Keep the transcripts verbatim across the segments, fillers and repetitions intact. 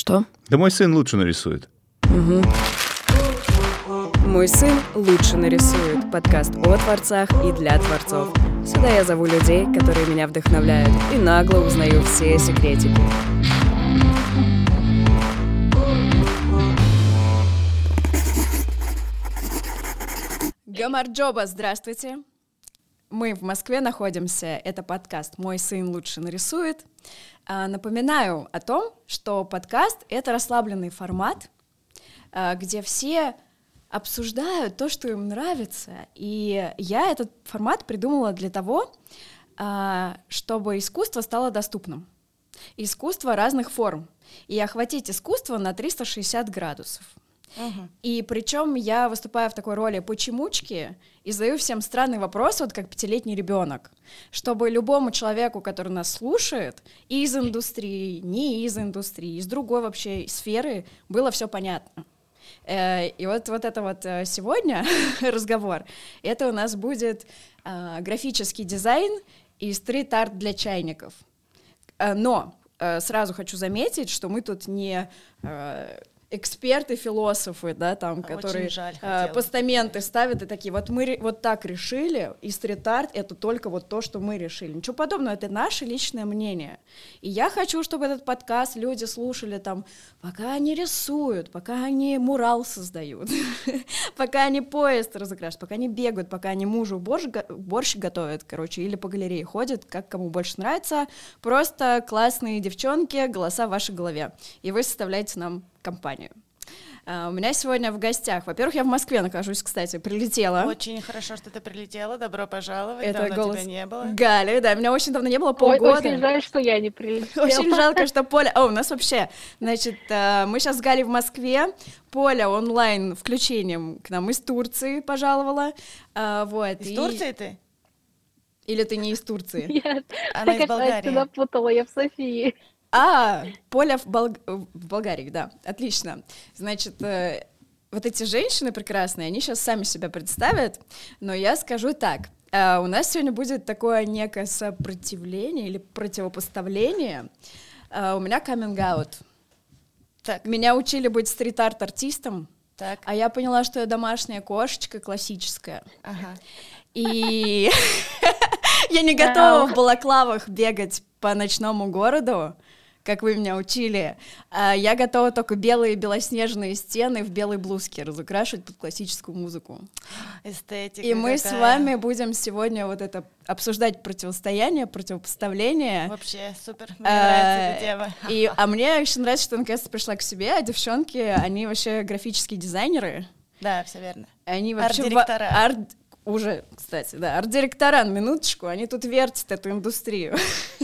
Что? Да мой сын лучше нарисует. Угу. «Мой сын лучше нарисует» — подкаст о творцах и для творцов. Сюда я зову людей, которые меня вдохновляют, и нагло узнаю все секретики. Гамарджоба, здравствуйте! Мы в Москве находимся, это подкаст «Мой сын лучше нарисует». А, напоминаю о том, что подкаст — это расслабленный формат, а, где все обсуждают то, что им нравится. И я этот формат придумала для того, а, чтобы искусство стало доступным. Искусство разных форм. И охватить искусство на триста шестьдесят градусов. Uh-huh. И причем я выступаю в такой роли почемучки и задаю всем странные вопросы, вот как пятилетний ребенок, чтобы любому человеку, который нас слушает, и из индустрии, не из индустрии, из другой вообще сферы, было все понятно. И вот, вот это вот сегодня разговор, это у нас будет графический дизайн и стрит-арт для чайников. Но сразу хочу заметить, что мы тут не эксперты, философы, да, там, которые жаль, э, постаменты ставят и такие, вот мы вот так решили, и стрит-арт — это только вот то, что мы решили. Ничего подобного, это наше личное мнение. И я хочу, чтобы этот подкаст люди слушали там, пока они рисуют, пока они мурал создают, пока они поезд разыграют, пока они бегают, пока они мужу борщ готовят, короче, или по галерее ходят, как кому больше нравится. Просто классные девчонки, голоса в вашей голове. И вы составляете нам компанию. Uh, у меня сегодня в гостях, во-первых, я в Москве нахожусь, кстати, прилетела. Очень хорошо, что ты прилетела, добро пожаловать, это давно голос тебя не было. Гали, да, меня очень давно не было, полгода. Ой, очень жаль, что я не прилетела. Очень жалко, что Поля... О, у нас вообще, значит, uh, мы сейчас с Галей в Москве, Поля онлайн включением к нам из Турции пожаловала. Uh, вот, из и... Турции ты? Или ты не из Турции? Нет, она из Болгарии. Я напутала, я в Софии. А, Поля в, Бол... в Болгарии, да, отлично. Значит, э, вот эти женщины прекрасные, они сейчас сами себя представят, но я скажу так, э, у нас сегодня будет такое некое сопротивление или противопоставление. Э, у меня каминг-аут. Так. Меня учили быть стрит-арт-артистом, так. А я поняла, что я домашняя кошечка классическая. Ага. И я не готова в балаклавах бегать по ночному городу, как вы меня учили. Я готова только белые белоснежные стены в белой блузке разукрашивать под классическую музыку. Эстетика. И мы какая. с вами будем сегодня вот это обсуждать противостояние, противопоставление. Вообще супер, мне нравится эта тема. И, а мне еще нравится, что я наконец-то пришла к себе, а девчонки, они вообще графические дизайнеры. Да, все верно. Они вообще арт-директора. В... Арт... Уже, кстати, да, арт-директора, на минуточку, они тут вертят эту индустрию.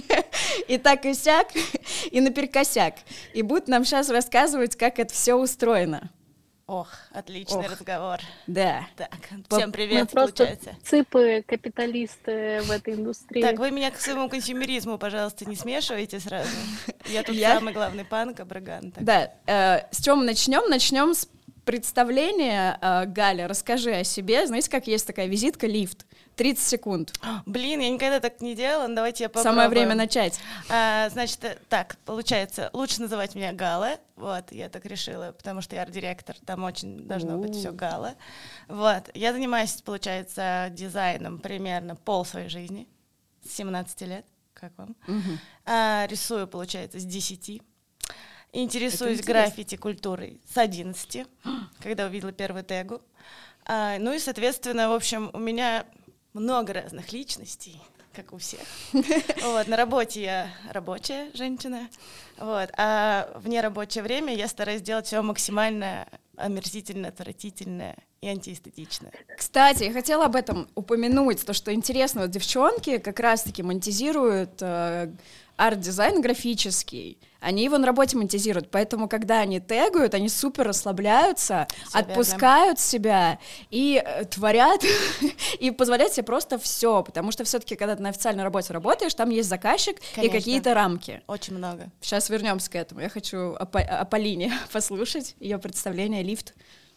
И так и сяк, и наперекосяк. И будут нам сейчас рассказывать, как это все устроено. Ох, отличный Ох. разговор. Да. Так, По- всем привет, Мы получается. просто цыпы, капиталисты в этой индустрии. Так, вы меня к своему консюмеризму, пожалуйста, не смешивайте сразу. Я тут Я- самый главный панк, Абраган. так. Да, э, с чем мы начнем? Начнем с представления. Э, Галя, расскажи о себе. Знаете, как есть такая визитка, лифт? тридцать секунд. Блин, я никогда так не делала, но давайте я попробую. Самое время начать. А, значит, э, так, получается, лучше называть меня Гала, вот, я так решила, потому что я арт-директор, там очень должно быть все Гала. Вот, я занимаюсь, получается, дизайном примерно пол своей жизни, с семнадцати лет, как вам? Мгм. А, рисую, получается, с десяти. Интересуюсь интересно. граффити культурой с одиннадцати, когда увидела первую тегу. А, ну и, соответственно, в общем, у меня много разных личностей, как у всех. Вот, на работе я рабочая женщина, вот, а в нерабочее время я стараюсь делать все максимально омерзительно, отвратительно и антиэстетично. Кстати, я хотела об этом упомянуть, то, что интересно, вот девчонки как раз-таки монетизируют э, арт-дизайн графический, они его на работе монетизируют, поэтому, когда они тегают, они супер расслабляются, Всё отпускают себя и э, творят, и позволяют себе просто все, потому что все-таки, когда ты на официальной работе работаешь, там есть заказчик и Конечно. какие-то рамки. Очень много. Сейчас вернемся к этому. Я хочу о, По- о Полине послушать, ее представление «Лифт».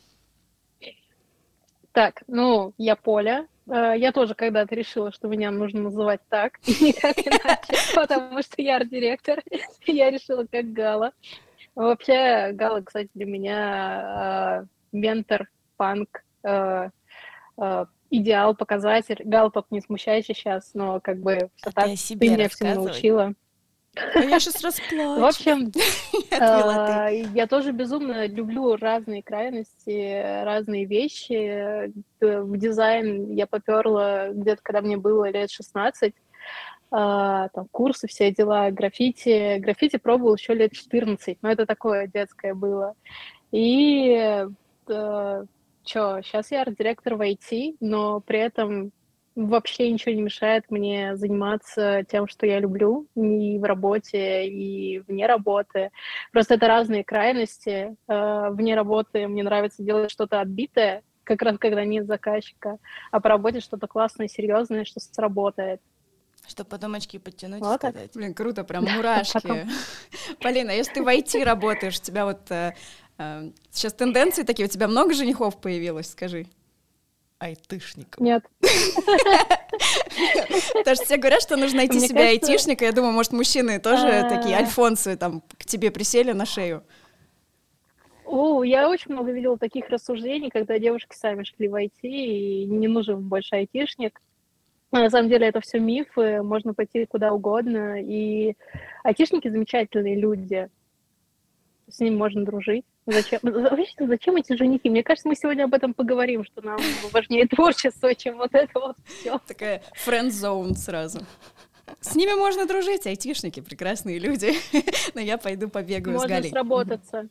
Так, ну, я Поля. Э, Я тоже когда-то решила, что меня нужно называть так, и никак иначе, потому что я арт-директор, я решила как Гала. Вообще, Гала, кстати, для меня э, ментор, панк, э, э, идеал, показатель. Гала, только не смущайся сейчас, но как бы все А так, ты о ты себе меня всему рассказывай. научила. А я сейчас В расплачусь. общем, Это была ты. э, я тоже безумно люблю разные крайности, разные вещи. Э, В дизайн я поперла где-то, когда мне было лет шестнадцать. А, там курсы, все дела, граффити. Граффити пробовал еще лет четырнадцать, но это такое детское было. И э, что, сейчас я арт-директор в ай ти, но при этом вообще ничего не мешает мне заниматься тем, что я люблю, и в работе, и вне работы. Просто это разные крайности. Э, Вне работы мне нравится делать что-то отбитое, как раз когда нет заказчика, а по работе что-то классное, серьезное, что сработает. Чтобы потом очки подтянуть и Вот так. сказать. Блин, круто, прям Потом. мурашки. Полина, если ты в ай ти работаешь, у тебя вот э, э, сейчас тенденции такие, у тебя много женихов появилось, скажи. Айтышников. Нет. Потому что все говорят, что нужно найти Мне себе кажется- айтишника. Я думаю, может, мужчины тоже А. такие альфонсы там к тебе присели на шею. О, я очень много видела таких рассуждений, когда девушки сами шли в ай ти, и не нужен им больше айтишник. А на самом деле это все мифы, можно пойти куда угодно, и айтишники замечательные люди, с ними можно дружить. Зачем, вообще, зачем эти женихи? Мне кажется, мы сегодня об этом поговорим, что нам важнее творчество, чем вот это вот все. Такая френд-зоун сразу. С ними можно дружить, айтишники, прекрасные люди. Но я пойду побегаю с Можно Галей. сработаться.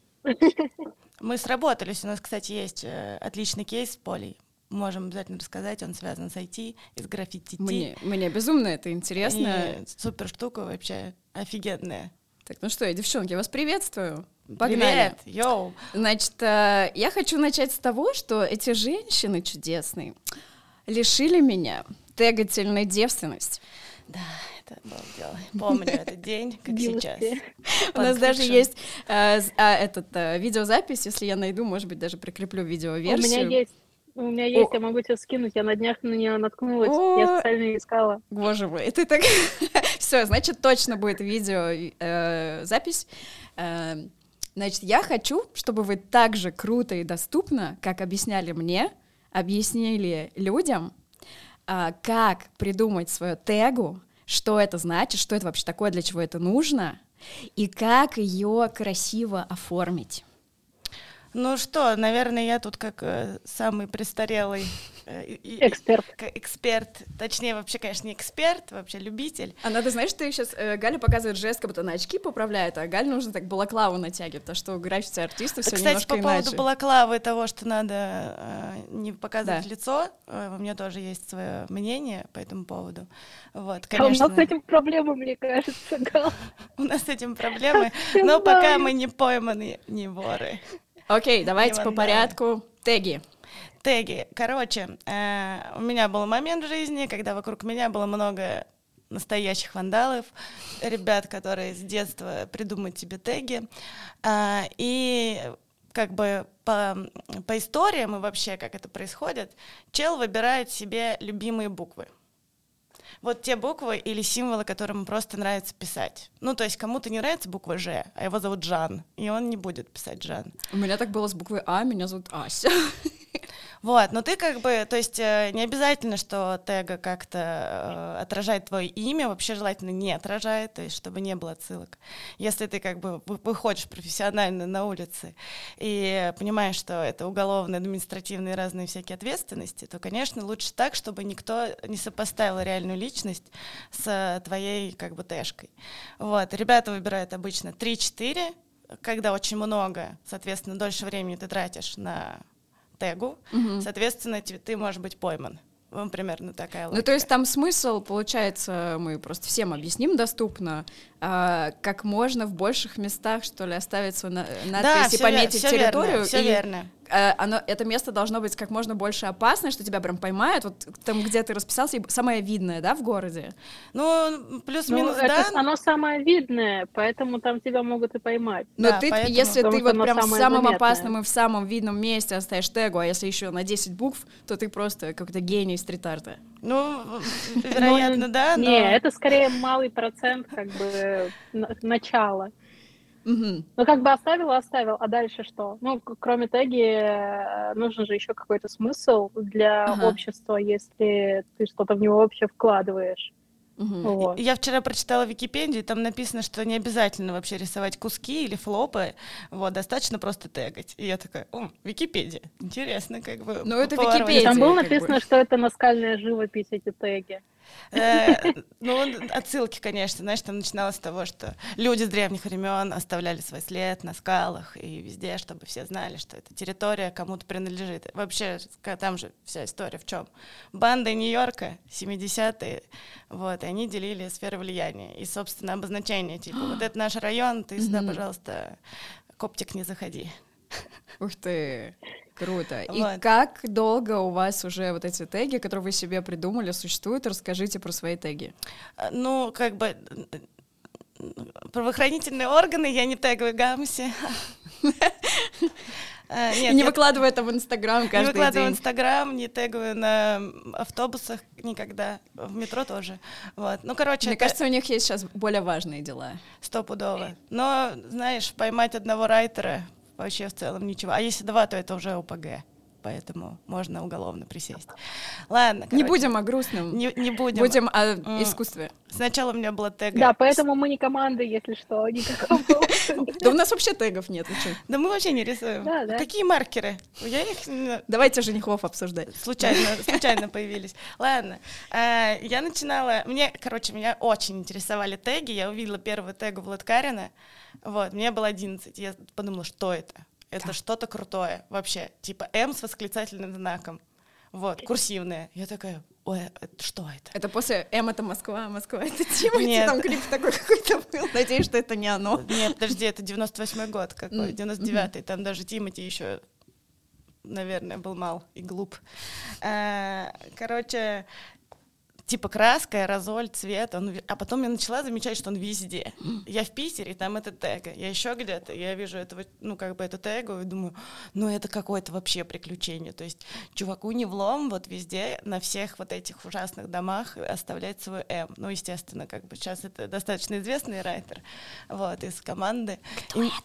Мы сработались. У нас, кстати, есть э, отличный кейс с Полей. Можем обязательно рассказать. Он связан с ай ти и с граффити. Мне, мне безумно это интересно. И супер штука вообще офигенная. Так, ну что, девчонки, я вас приветствую. Погнали. Привет, йоу. Значит, э, я хочу начать с того, что эти женщины чудесные лишили меня трогательной девственности. Да, это было дело. Помню этот день, как сейчас. Милости. У нас даже Fanfiction. есть э, с- а, этот, э, видеозапись, если я найду, может быть, даже прикреплю У видеоверсию. меня есть. У меня есть, О. я могу тебе скинуть. Я на днях на нее наткнулась. О. Я специально ее искала. Боже мой, это так... Все, значит, точно будет видео, э, запись. Э, значит, я хочу, чтобы вы так же круто и доступно, как объясняли мне, объяснили людям, а, как придумать свою тегу, что это значит, что это вообще такое, для чего это нужно, и как ее красиво оформить. Ну что, наверное, я тут как э, самый престарелый э, и- Эксперт. к- эксперт, точнее, вообще, конечно, не эксперт, вообще любитель. А надо, знаешь, ты сейчас э, Галя показывает жест, как будто она очки поправляет, а Гале нужно так балаклаву натягивать, потому что у граффити-артистов все Кстати, немножко по поводу иначе. балаклавы, того, что надо э, не показывать Да. лицо, э, у меня тоже есть свое мнение по этому поводу. Вот, А у конечно, нас с этим проблемы, мне кажется, Гал. у нас с этим проблемы, Я но пока знаю. мы не пойманы, не воры. Окей, давайте по вандалы. порядку. Теги. Теги. Короче, э, у меня был момент в жизни, когда вокруг меня было много настоящих вандалов, ребят, которые с детства придумают тебе теги. А, и как бы по, по историям и вообще, как это происходит, чел выбирает себе любимые буквы. Вот те буквы или символы, которые ему просто нравится писать. Ну, то есть кому-то не нравится буква «Ж», а его зовут Жан, и он не будет писать Жан. У меня так было с буквой А, меня зовут Ася. Вот, но ты как бы, то есть э, не обязательно, что тега как-то э, отражает твое имя, вообще желательно не отражает, то есть чтобы не было отсылок. Если ты как бы вы- выходишь профессионально на улице и понимаешь, что это уголовные, административные разные всякие ответственности, то, конечно, лучше так, чтобы никто не сопоставил реальную личность с твоей как бы тэшкой. Вот, ребята выбирают обычно три-четыре, когда очень много, соответственно, дольше времени ты тратишь на тегу, Мгм. соответственно, те- ты можешь быть пойман. Ну, примерно такая логика. Ну, то есть там смысл, получается, мы просто всем объясним доступно, а, как можно в больших местах, что ли, оставить свою на- да, надпись и всё вер- пометить всё территорию. верно, всё и, верно. а, оно, это место должно быть как можно больше опасное, что тебя прям поймают. Вот там, где ты расписался, и самое видное, да, в городе? Ну, Ну, плюс-минус, это, да. оно самое видное, поэтому там тебя могут и поймать. Но Да, ты, поэтому- если Потому ты что вот оно прям в самое самом заметное. опасном и в самом видном месте оставишь тегу, а если еще на десять букв, то ты просто какой-то гений стрит-арта. Ну, вероятно, Ну, да, но... Не, это скорее малый процент, как бы, на- начала. Мгм. Ну, как бы оставил, оставил, а дальше что? Ну, к- кроме теги, э, нужен же еще какой-то смысл для Ага. общества, если ты что-то в него вообще вкладываешь. Мгм. Вот. Я вчера прочитала Википедию, там написано, что не обязательно вообще рисовать куски или флопы, вот, достаточно просто тегать. И я такая, о, Википедия, интересно, как бы. Ну, это поворот. И там Википедия, было как бы. написано, что это наскальная живопись, эти теги. Э, Ну, отсылки, конечно, знаешь, там начиналось с того, что люди с древних времен оставляли свой след на скалах и везде, чтобы все знали, что эта территория кому-то принадлежит. Вообще, ска- там же вся история в чем? Банды Нью-Йорка, семидесятые, вот, и они делили сферы влияния. И, собственно, обозначение, типа, вот это наш район, ты сюда, Мгм. пожалуйста, коптик не заходи. Ух ты, круто. И Вот. как долго у вас уже вот эти теги, которые вы себе придумали, существуют? Расскажите про свои теги. А, Ну, как бы э, правоохранительные органы, я не тегаю Гамси. А, И Нет, не я выкладываю это в Инстаграм не каждый выкладываю в день. Инстаграм, не тегаю на автобусах никогда, в метро тоже. Вот. Ну, короче, Мне это кажется, у них есть сейчас более важные дела. стопудово. Но, знаешь, поймать одного райтера вообще в целом ничего. А если два, то это уже ОПГ. Поэтому можно уголовно присесть. Ладно, Не короче, будем о грустном. Не, не будем. Будем о М, искусстве. Сначала у меня была тега. Да, поэтому мы не команда, если что, никакого лучше. Да у нас вообще тегов нет, вы чё? Да мы вообще не рисуем. Да, да. Какие маркеры? Я их м, Давайте женихов обсуждать. случайно, случайно появились. Ладно. А, Я начинала... Мне, короче, меня очень интересовали теги. Я увидела первую тегу Владкарина. Вот, мне было одиннадцать. Я подумала, что это? Это что-то крутое вообще. Типа М с восклицательным знаком. Вот, курсивная. Я такая, ой, это что это? Это после М это Москва, Москва это Тимати, Нет. там клип такой какой-то был. Надеюсь, что это не оно. Нет, подожди, это девяносто восьмой год какой, М, девяносто девятый, там даже Тимати еще, наверное, был мал и глуп. А, Короче, типа краска, аэрозоль, цвет, он, ви- а потом я начала замечать, что он везде. Я в Питере, там это тега, я еще где-то, я вижу этого, ну, как бы эту тегу и думаю, ну, это какое-то вообще приключение, то есть чуваку не влом вот везде, на всех вот этих ужасных домах оставлять свой М. Ну, естественно, как бы сейчас это достаточно известный райтер, вот, из команды. Кто это?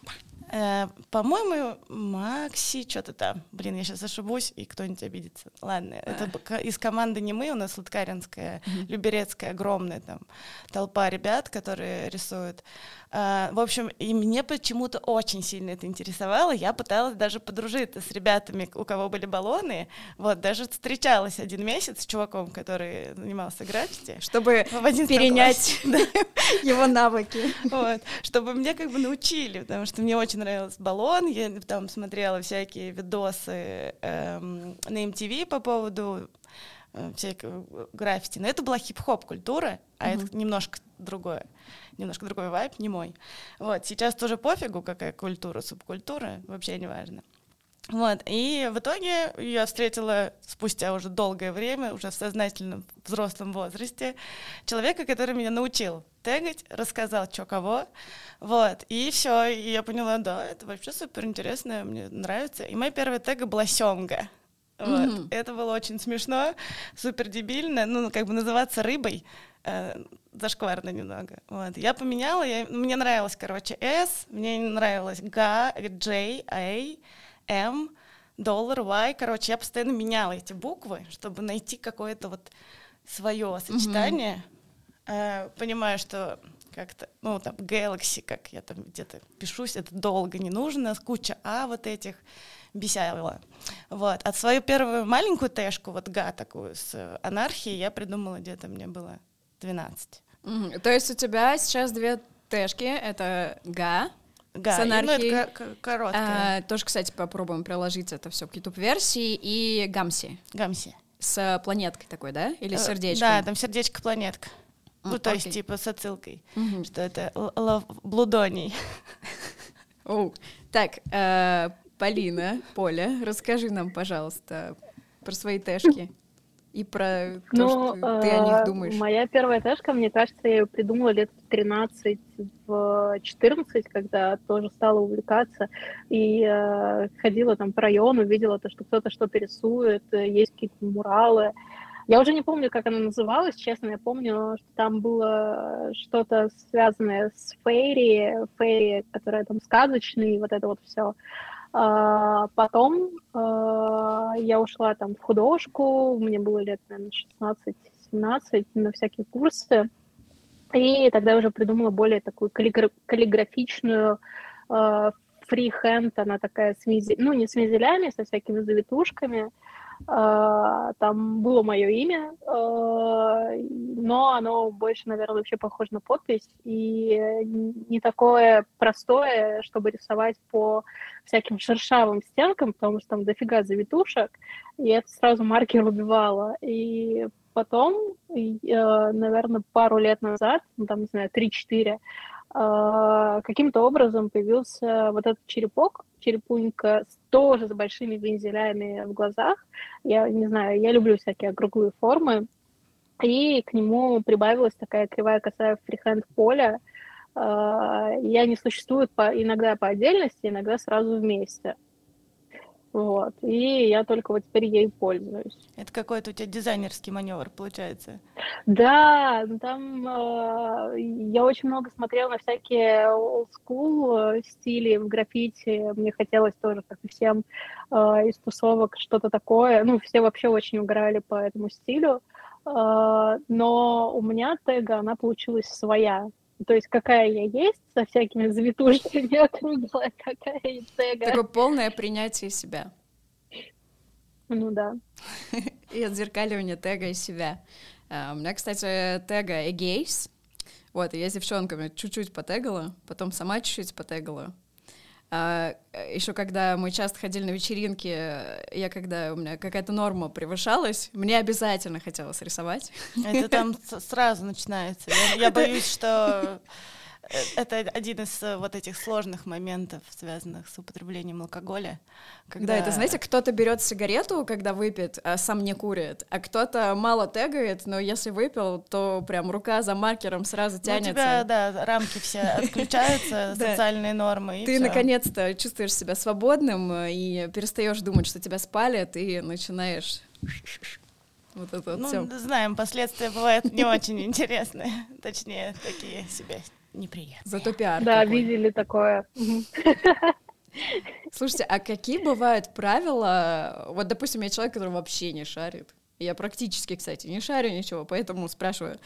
По-моему, Макси, что-то там. Блин, я сейчас ошибусь, и кто-нибудь обидится. Ладно, это б- ко- из команды не мы, у нас Луткаринская, Люберецкая, огромная там толпа ребят, которые рисуют. А, В общем, и мне почему-то очень сильно это интересовало. Я пыталась даже подружиться с ребятами, у кого были баллоны. Вот, даже встречалась один месяц с чуваком, который занимался граффити. Чтобы В одиннадцатом перенять его навыки. Вот, чтобы меня как бы научили, потому что мне очень нравился баллон, я там смотрела всякие видосы эм, на эм ти ви по поводу э, всякого граффити, но это была хип-хоп культура, а Мгм. это немножко другое, немножко другой вайб, не мой. Вот, сейчас тоже пофигу, какая культура, субкультура, вообще не важно. Вот, и в итоге я встретила спустя уже долгое время, уже в сознательном взрослом возрасте, человека, который меня научил тегать, рассказал, что кого, вот, и все, и я поняла, да, это вообще супер интересно, мне нравится. И моя первая тега была Сёмга. Вот. Мгм. Это было очень смешно, супер дебильно, ну, как бы называться рыбой, э, зашкварно немного. Вот. Я поменяла, я, мне нравилось, короче, S, мне нравилось G, J, A, M, доллар, Y. Короче, я постоянно меняла эти буквы, чтобы найти какое-то вот свое сочетание. Э, понимаю, что как-то, ну, там, Galaxy, как я там где-то пишусь, это долго не нужно, куча А вот этих бесяла. Вот. А свою первую маленькую тэшку, вот Га такую с э, анархией, я придумала где-то, мне было двенадцать. Мгм. То есть у тебя сейчас две тэшки, это Га, Га, с и, ну, анархией. это ко- ко- короткая. а, тоже, кстати, попробуем приложить это все к YouTube-версии, и Гамси Гамси. с планеткой такой, да? Или Э, сердечком? Да, там сердечко-планетка. А, Ну, то окей. есть, типа, с отсылкой, Мгм. что это л- лав- блудоний. Оу. Так, э, Полина, Поля, расскажи нам, пожалуйста, про свои тэшки и про то, Ну, что ты о них э, думаешь. моя первая тэшка, мне кажется, я ее придумала лет в тринадцать, в четырнадцать, когда тоже стала увлекаться и э, ходила там по району, видела то, что кто-то что-то рисует, э, есть какие-то муралы. Я уже не помню, как она называлась, честно, я помню, что там было что-то связанное с фейри, фейри, которая там сказочный, вот это вот все. А, потом а, я ушла там в художку, мне было лет, наверное, шестнадцать-семнадцать, на всякие курсы, и тогда я уже придумала более такую каллигра- каллиграфичную а, фрихенд, она такая с визе... ну, не с вензелями, со всякими завитушками. А, там было мое имя, а, но оно больше, наверное, вообще похоже на подпись и не такое простое, чтобы рисовать по всяким шершавым стенкам, потому что там дофига завитушек, и это сразу маркер убивало. И потом, наверное, пару лет назад, ну, там, не знаю, три-четыре, каким-то образом появился вот этот черепок, черепунька с тоже с большими вензелями в глазах. Я не знаю, я люблю всякие округлые формы. И к нему прибавилась такая кривая косая фрихенд поля. И они существуют по, иногда по отдельности, иногда сразу вместе. Вот. И я только вот теперь ей пользуюсь. Это какой-то у тебя дизайнерский маневр, получается. Да, там э, я очень много смотрела на всякие old school стили в граффити. Мне хотелось тоже, как и всем, э, из тусовок что-то такое. Ну, все вообще очень угорали по этому стилю. Э, но у меня тега, она получилась своя. То есть какая я есть, со всякими завитушками округлая, какая и тега. Такое полное принятие себя. Ну да. И отзеркаливание тега из себя. Uh, у меня, кстати, тега эгейс. Вот, и я с девчонками чуть-чуть потегала, потом сама чуть-чуть потегала. Uh, еще когда мы часто ходили на вечеринки, я когда у меня какая-то норма превышалась, мне обязательно хотелось рисовать. Это там сразу начинается. Я, я боюсь, что это один из вот этих сложных моментов, связанных с употреблением алкоголя. Когда... Да, это, знаете, кто-то берет сигарету, когда выпьет, а сам не курит, а кто-то мало тегает, но если выпил, то прям рука за маркером сразу тянется. Ну, у тебя, да, рамки все отключаются, социальные нормы. Ты наконец-то чувствуешь себя свободным и перестаешь думать, что тебя спалят, и начинаешь... Вот это вот ну, всё. знаем, последствия бывают не очень интересные, точнее, такие себе неприятные. Зато пиар Да, какой. видели такое. Слушайте, а какие бывают правила? Вот, допустим, я человек, который вообще не шарит. Я практически, кстати, не шарю ничего, поэтому спрашиваю.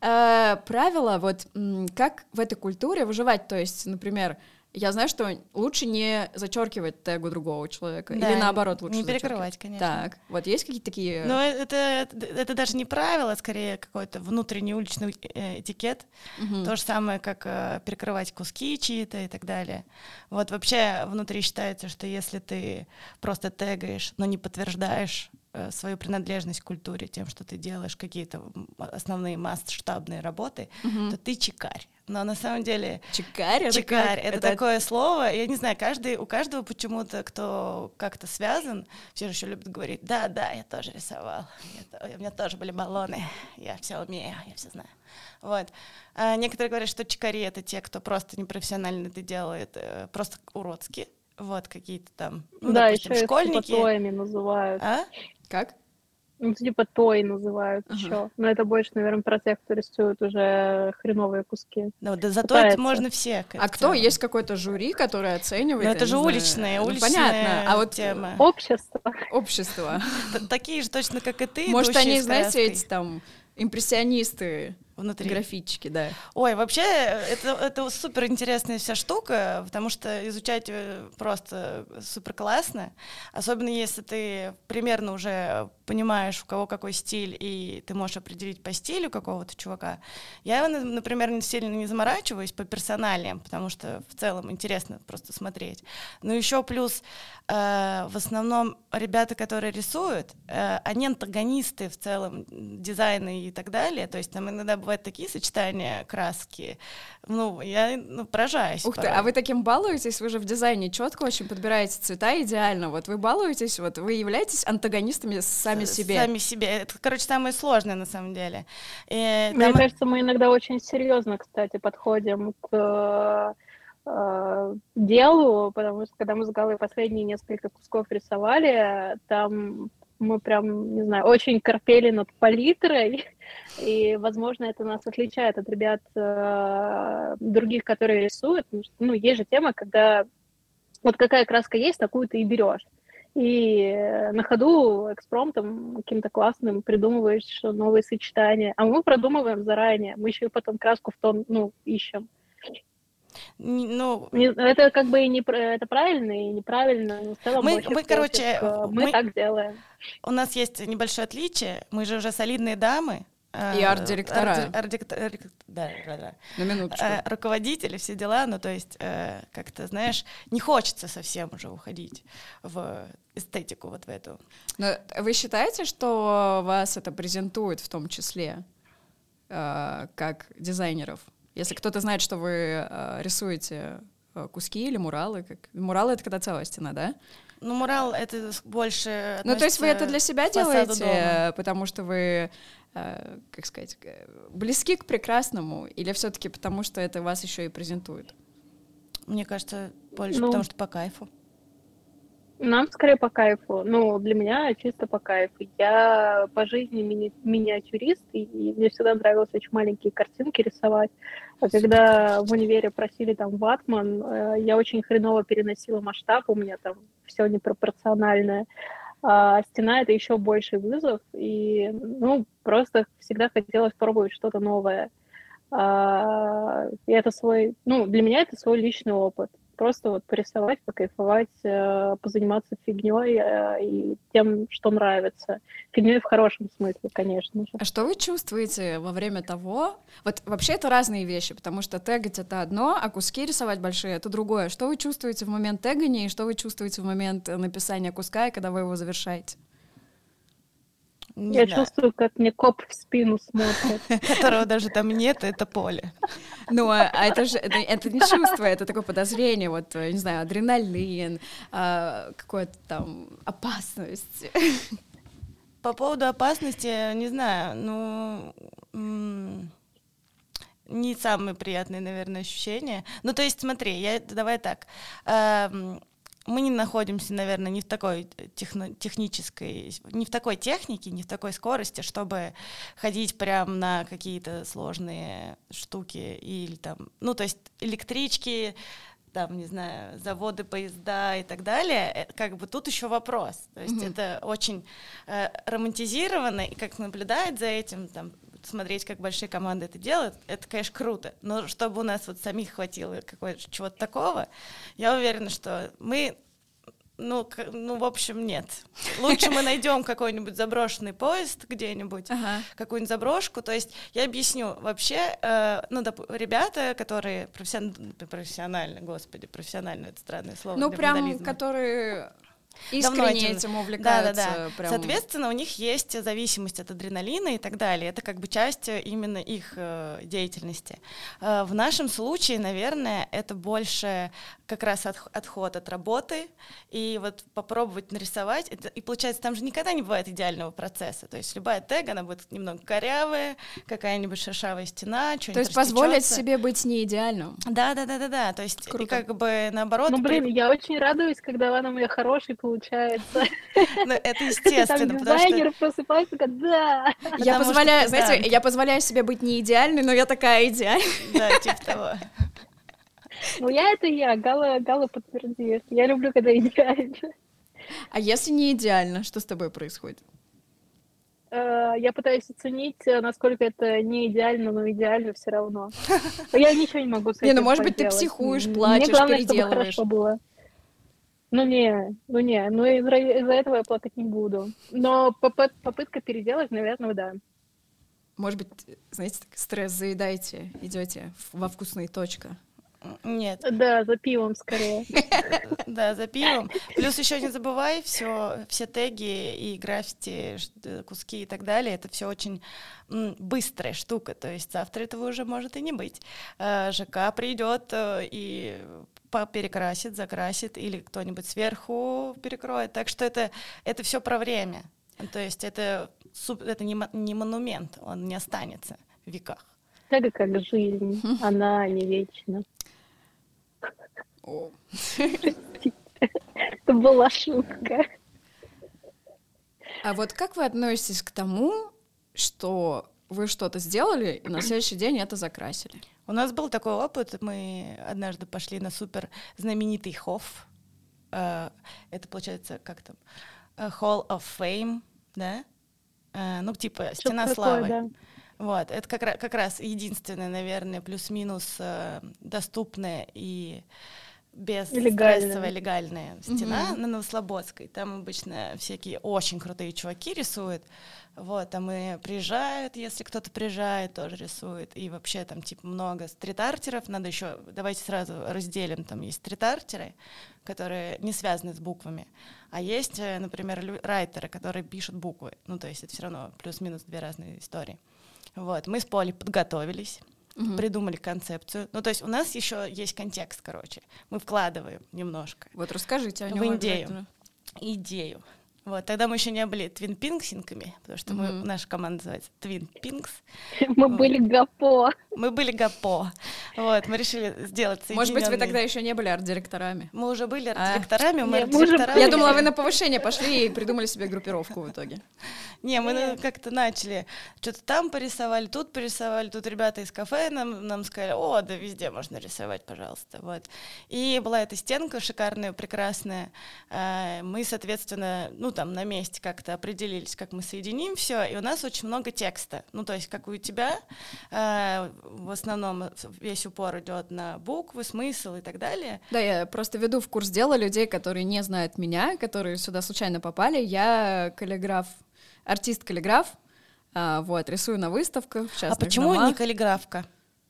А, правила, вот, как в этой культуре выживать? То есть, например, я знаю, что лучше не зачеркивать тегу другого человека, да, или наоборот лучше не перекрывать, конечно. Так, вот есть какие-то такие... Но это, это, это даже не правило, скорее какой-то внутренний уличный этикет. Угу. То же самое, как э, перекрывать куски чьи-то и так далее. Вот вообще внутри считается, что если ты просто тегаешь, но не подтверждаешь э, свою принадлежность к культуре тем, что ты делаешь какие-то основные масштабные работы, угу. то ты чекарь. Но на самом деле... Чекарь? Чекарь — это, это такое слово. Я не знаю, каждый, у каждого почему-то, кто как-то связан, все же еще любят говорить, да, да, я тоже рисовал, я, у меня тоже были баллоны, я все умею, я все знаю. Вот. А некоторые говорят, что чекари — это те, кто просто непрофессионально это делает, просто уродски. Вот, какие-то там, ну, да, допустим, еще школьники. Их типа тоями называют. А? Как? Ну, типа той называют uh-huh. еще. Но это больше, наверное, про тех, кто рисует уже хреновые куски. Ну, да зато Пытается. Это можно все. А кто? Есть какое-то жюри, которое оценивает? Ну, это же уличная, уличная понятно. А вот тема. Общество. Общество. Такие же точно, как и ты. Может, они, знаете, эти там импрессионисты, внутри. Графитчики, да. Ой, вообще, это, это супер интересная вся штука, потому что изучать просто супер классно, особенно если ты примерно уже понимаешь, у кого какой стиль, и ты можешь определить по стилю какого-то чувака. Я, например, не сильно не заморачиваюсь по персоналиям, потому что в целом интересно просто смотреть. Но еще плюс э, в основном ребята, которые рисуют, э, они антагонисты в целом дизайна и так далее, то есть там иногда бывают такие сочетания краски, ну, я ну, поражаюсь. Ух порой. Ты, а вы таким балуетесь? Вы же в дизайне четко очень подбираете цвета идеально, вот вы балуетесь, вот вы являетесь антагонистами сами С- себе. Сами себе. Это, короче, самое сложное на самом деле. И Мне там... кажется, мы иногда очень серьезно, кстати, подходим к э, делу, потому что когда мы с Галой последние несколько кусков рисовали, там мы прям, не знаю, очень корпели над палитрой, и, возможно, это нас отличает от ребят э, других, которые рисуют. Ну, есть же тема, когда вот какая краска есть, такую ты и берешь. И на ходу экспромтом каким-то классным придумываешь новые сочетания. А мы продумываем заранее. Мы еще и потом краску в тон, ну, ищем. Ну, это как бы и не это правильно и неправильно, но в целом мы, мы короче, мы, мы так делаем. У нас есть небольшое отличие. Мы же уже солидные дамы. И арт-директора. Арт, арт, арт, да, да, да. На минуточку. Руководители, все дела. Ну, то есть, как-то, знаешь, не хочется совсем уже уходить в эстетику вот в эту. Но вы считаете, что вас это презентует в том числе как дизайнеров? Если кто-то знает, что вы рисуете куски или муралы, как... муралы — это когда целая стена, да? Ну, мурал — это больше... Ну, то есть вы это для себя делаете, дома. Потому что вы, э, как сказать, близки к прекрасному, или все-таки потому, что это вас еще и презентует? Мне кажется, больше ну, потому, что по кайфу. Нам скорее по кайфу. Ну, для меня чисто по кайфу. Я по жизни мини- миниатюрист, и мне всегда нравилось очень маленькие картинки рисовать. А когда в универе просили там ватман, я очень хреново переносила масштаб, у меня там все непропорциональное. А стена — это еще больший вызов, и, ну, просто всегда хотелось пробовать что-то новое. А, и это свой, ну, для меня это свой личный опыт. Просто вот порисовать, покайфовать, позаниматься фигней и тем, что нравится. Фигней в хорошем смысле, конечно же. А что вы чувствуете во время того... Вот вообще это разные вещи, потому что тегать — это одно, а куски рисовать большие — это другое. Что вы чувствуете в момент тегания и что вы чувствуете в момент написания куска и когда вы его завершаете? Не Я знаю. чувствую, как мне коп в спину смотрит. Которого даже там нет, это поле. Ну, а, а это же это, это не чувство, это такое подозрение, вот, не знаю, адреналин, а, какая-то там опасность. По поводу опасности, не знаю, ну... М- не самые приятные, наверное, ощущения. Ну, то есть, смотри, я, давай так... Эм, мы не находимся, наверное, не в такой техно- технической, не в такой технике, не в такой скорости, чтобы ходить прям на какие-то сложные штуки или там, ну, то есть электрички, там, не знаю, заводы, поезда и так далее, как бы тут еще вопрос. То есть mm-hmm. это очень э, романтизировано, и как наблюдать за этим, там, смотреть, как большие команды это делают, это, конечно, круто. Но чтобы у нас вот самих хватило какого-то чего-то такого, я уверена, что мы, ну, к- ну, в общем, нет. Лучше мы найдем какой-нибудь заброшенный поезд где-нибудь, Ага. какую-нибудь заброшку. То есть я объясню. Вообще, э, ну, доп- ребята, которые профессион- профессионально, господи, профессионально, это странное слово. Ну, для прям, вандализма. которые... Давно Искренне этим- этим увлекаются. Да, да, да. Прям... Соответственно, у них есть зависимость от адреналина и так далее. Это как бы часть именно их э, деятельности. Э, в нашем случае, наверное, это больше как раз от, отход от работы и вот попробовать нарисовать. Это, и получается, там же никогда не бывает идеального процесса. То есть любая тега, она будет немного корявая, какая-нибудь шершавая стена, что-нибудь То есть позволить растечется. себе быть не идеальным. Да, да, да, да, да. То есть Круто. и как бы наоборот. Ну, блин, при- я очень радуюсь, когда она у меня хороший получается. Ну, это естественно, Там потому что дизайнер просыпается, такая, да. Я Потому позволяю, что знаете, педант. я позволяю себе быть не идеальной, но я такая идеальная. Да, типа того. Ну, я это я, Гала, Гала подтвердит. Я люблю, когда идеально. А если не идеально, что с тобой происходит? Э, Я пытаюсь оценить, э, насколько это не идеально, но идеально все равно. Я ничего не могу с этим Не, ну, может быть, ты поделать. психуешь, Мне плачешь, главное, чтобы переделываешь. хорошо было. Ну не, ну не, ну из-за из-за этого я плакать не буду. Но попыт- попытка переделать, наверное, да. Может быть, знаете, так стресс заедаете, идете во вкусные точка. Нет, Да, за пивом скорее. да, за пивом. Плюс еще не забывай, все, все теги и граффити, ш- куски и так далее, это все очень м, быстрая штука. То есть завтра этого уже может и не быть. Э, ЖК придет э, и по- перекрасит, закрасит, или кто-нибудь сверху перекроет. Так что это, это все про время. То есть это, суп- это не, мо- не монумент, он не останется в веках. Так как жизнь, она не вечна. О. Это была шутка. А вот как вы относитесь к тому, что вы что-то сделали, и на следующий день это закрасили? У нас был такой опыт, мы однажды пошли на супер знаменитый хофф. Это, получается, как там, Hall of Fame, да? Ну, типа, стена Что-то славы. такое, да. Вот, это как, раз- как раз единственная, наверное, плюс-минус э, доступная и бесстрессовая легальная стена Мгм. на Новослободской. Там обычно всякие очень крутые чуваки рисуют. Вот, там и приезжают, если кто-то приезжает, тоже рисует. И вообще там типа много стрит-артеров. Надо еще, давайте сразу разделим. Там есть стрит-артеры, которые не связаны с буквами. А есть, э, например, лю- райтеры, которые пишут буквы. Ну, то есть это все равно плюс-минус две разные истории. Вот, мы с Полей подготовились, Мгм. придумали концепцию. Ну, то есть у нас еще есть контекст, короче. Мы вкладываем немножко Вот расскажите о в нем идею. обязательно. идею. Вот, тогда мы еще не были твинпинксинками, потому что мы, Мгм. наша команда называется Twin Pinks. Мы Вот. были гапо. Мы были ГАПО. Вот, мы решили сделать Может быть, вы соединенные- тогда еще не были арт-директорами? Мы уже были А. арт-директорами, мы Не, мы уже арт-директорами. Я думала, вы на повышение пошли и придумали себе группировку в итоге. Не, мы на- Нет. как-то начали, что-то там порисовали, тут порисовали, тут ребята из кафе нам, нам сказали, о, да везде можно рисовать, пожалуйста, вот. И была эта стенка шикарная, прекрасная. А, Мы, соответственно, ну там на месте как-то определились, как мы соединим все, и у нас очень много текста. Ну то есть, как и у тебя, а, в основном весь упор идет на буквы, смысл и так далее. Да, я просто веду в курс дела людей, которые не знают меня, которые сюда случайно попали. Я каллиграф, артист-каллиграф, а, вот, рисую на выставках, в частных А почему домах. не каллиграфка?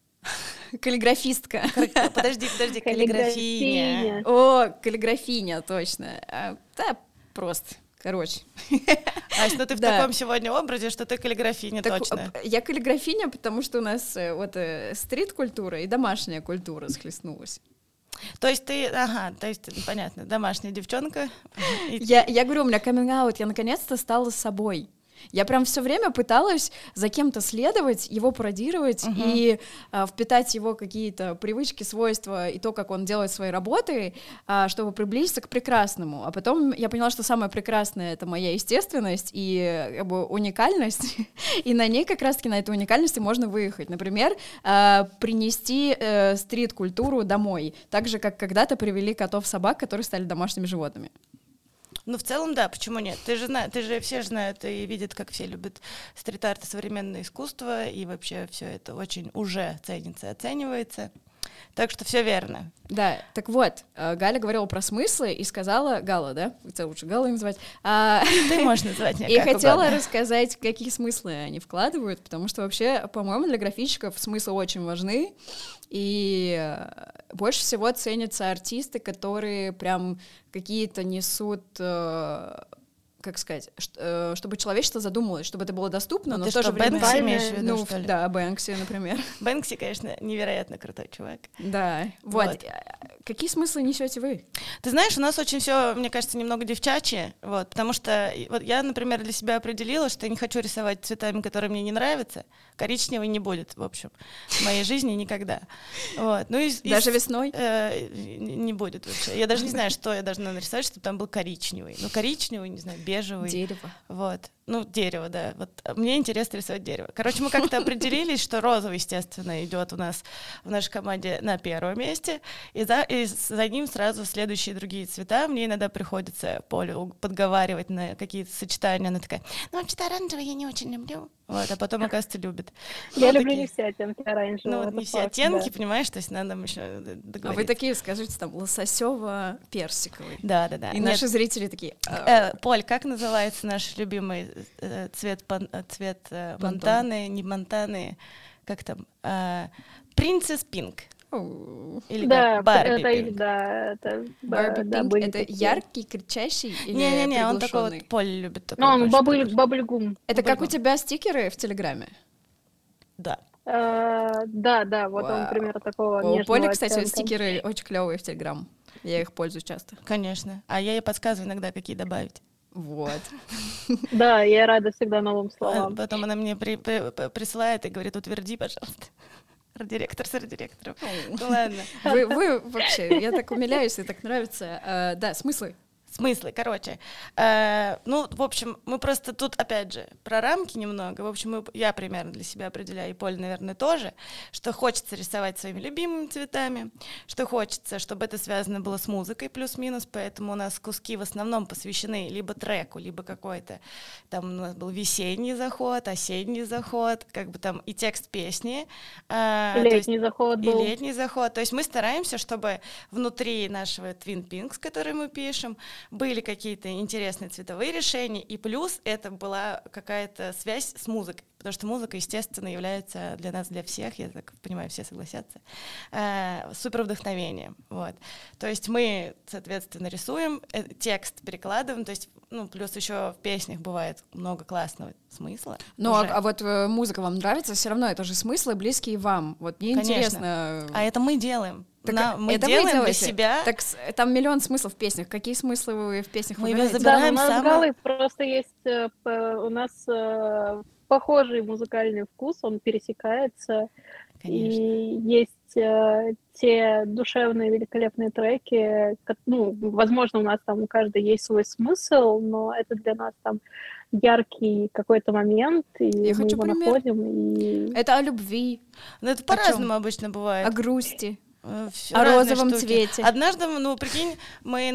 Каллиграфистка. Подожди, подожди, каллиграфиня. Каллиграфиня. О, каллиграфиня, точно. А, да, просто, короче. Ась, ну ты в Да. таком сегодня образе, что ты каллиграфиня, Так, точно. а, я каллиграфиня, потому что у нас э, вот э, стрит-культура и домашняя культура схлестнулась. То есть ты, ага, то есть, понятно, домашняя девчонка. И- Я, я говорю, у меня каминг-аут, я наконец-то стала собой. Я прям все время пыталась за кем-то следовать, его пародировать Мгм. и а, впитать его какие-то привычки, свойства и то, как он делает свои работы, а, чтобы приблизиться к прекрасному. А потом я поняла, что самое прекрасное — это моя естественность и как бы уникальность, и на ней как раз-таки, на этой уникальности можно выехать. Например, а, принести э, стрит-культуру домой, так же, как когда-то привели котов-собак, которые стали домашними животными. Ну, в целом, да, почему нет? Ты же знаешь, ты же все же знают и видят, как все любят стрит-арт и современное искусство, и вообще все это очень уже ценится и оценивается. Так что все верно. Да, так вот, э, Галя говорила про смыслы и сказала, Гала, да? Это лучше Галой называть. А, Ты можешь назвать меня и как хотела угодно. рассказать, какие смыслы они вкладывают, потому что вообще, по-моему, для графичиков смыслы очень важны, и э, больше всего ценятся артисты, которые прям какие-то несут... э, как сказать, ш- э, чтобы человечество задумалось, чтобы это было доступно, Ну, но ты в то что, же время... Бэнкси имеешь в виду, Ну, что ли? да, Бэнкси, например. Бэнкси, конечно, невероятно крутой чувак. Да, вот. Вот. Э, Какие смыслы несете вы? Ты знаешь, у нас очень все, мне кажется, немного девчачье, вот, потому что и вот я, например, для себя определила, что я не хочу рисовать цветами, которые мне не нравятся. Коричневый не будет, в общем, в моей жизни никогда. Вот. Ну, и, и Даже с- весной? э, не не будет вообще. Я даже не знаю, что я должна нарисовать, чтобы там был коричневый. Ну, коричневый, не знаю, бежевый. Дерево. Вот. Ну, дерево, да. Вот мне интересно рисовать дерево. Короче, мы как-то определились, что розовый, естественно, идет у нас в нашей команде на первом месте, и за, и за ним сразу следующие другие цвета. Мне иногда приходится Полю подговаривать на какие-то сочетания. Она такая, ну, вообще-то оранжевый я не очень люблю. Вот, а потом, оказывается, любит. Я Ну, люблю такие. не все оттенки оранжевого. Ну, вот это не все факт, оттенки, да. понимаешь, то есть надо еще А вы договориться. такие, скажите, там, лососево-персиковый. Да, да, да. И Нет. наши зрители такие... «А, Э, Поль, как называется наш любимый э, цвет, пан- э, цвет э, Пантон. Монтаны, не Монтаны, как там? Принцесс Пинк. оу». Или Да, как Барби это, их, Пинк. да, это, Барби да, Пинк — были это такие. яркий, кричащий или Не-не-не, он такой приглушенный? вот, Поль любит такой. Ну, он больше бабуль, приглушенный. бабльгум. Это как у Бабульгум. тебя стикеры в Телеграме? Да. Э, Да, да, вот Вау. он примерно такого У нежного Поли, кстати, оттенка. стикеры очень клевые в Телеграм. Я их пользуюсь часто. Конечно. А я ей подсказываю иногда, какие добавить. Вот. Да, я рада всегда новым А словам. потом она мне при- при- п- присылает и говорит, утверди, пожалуйста. Арт-директор с арт-директором. Ну ладно. Вы, вы вообще, я так умиляюсь, и так нравится. А, да, смыслы. Смыслы, короче. Э, ну, в общем, мы просто тут, опять же, про рамки немного. В общем, мы, я примерно для себя определяю, и Поль, наверное, тоже, что хочется рисовать своими любимыми цветами, что хочется, чтобы это связано было с музыкой плюс-минус, поэтому у нас куски в основном посвящены либо треку, либо какой-то, там у нас был весенний заход, осенний заход, как бы там и текст песни. Э, летний есть, заход был. И летний заход. То есть мы стараемся, чтобы внутри нашего Twin Pinks, который мы пишем, были какие-то интересные цветовые решения, и плюс это была какая-то связь с музыкой, потому что музыка, естественно, является для нас, для всех, я так понимаю, все согласятся, э, супер вдохновением. Вот. То есть мы, соответственно, рисуем, э, текст перекладываем, то есть, ну, плюс еще в песнях бывает много классного смысла. Ну, а, а вот э, музыка вам нравится, все равно это же смыслы близкие вам. Вот мне Конечно. интересно. А это мы делаем. Так На, мы это делаем вы для себя. Так там миллион смыслов в песнях. Какие смыслы вы в песнях Мы выбираете? забираем Да, у нас самое... с Галой просто есть, э, п- у нас э, похожий музыкальный вкус, он пересекается. Конечно. И есть э, те душевные великолепные треки, ко- ну, возможно, у нас там у каждой есть свой смысл, но это для нас там яркий какой-то момент, и Я мы хочу его пример. находим. И... Это о любви, Ну, это О по-разному чём? обычно бывает. о грусти. Э, всё О разные розовом штуки. цвете. Однажды, ну, прикинь, мы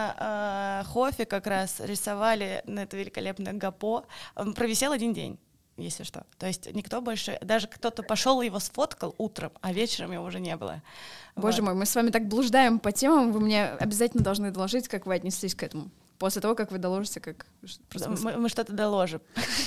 на э, Хофе как раз рисовали на это великолепное гапо. Он провисел один день, если что. То есть никто больше, даже кто-то пошел и его сфоткал утром, а вечером его уже не было. Боже Вот. мой, мы с вами так блуждаем по темам, вы мне обязательно должны доложить, как вы отнеслись к этому. После того, как вы доложите, как... Да, мы, мы что-то доложим.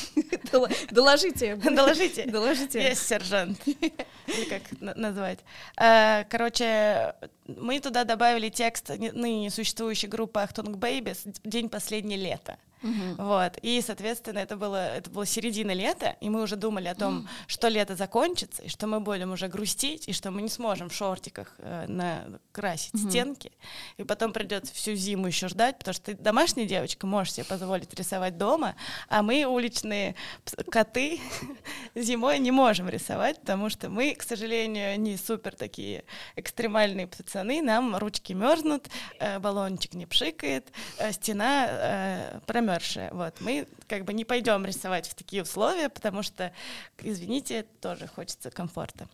Доложите. Доложите. Доложите. Есть сержант. Или как на- назвать. Э, Короче, мы туда добавили текст не- ныне существующей группы Achtung Babies «День последнее лето». Мгм. Вот. И, соответственно, это было, это было середина лета, и мы уже думали о том, что лето закончится, и что мы будем уже грустить, и что мы не сможем в шортиках э, накрасить Мгм. стенки, и потом придется всю зиму еще ждать, потому что ты домашняя девочка, можешь себе позволить рисовать дома, а мы, уличные пс- коты, зимой не можем рисовать, потому что мы, к сожалению, не супер такие экстремальные пацаны, нам ручки мерзнут, э, баллончик не пшикает, э, стена э, промерзшая. Вот. Мы как бы не пойдем рисовать в такие условия, потому что, извините, тоже хочется комфорта.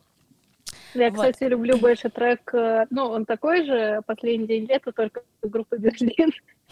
Я, Вот. кстати, люблю больше трек, э, ну, он такой же, «Последний день лета», только группы «Берлин».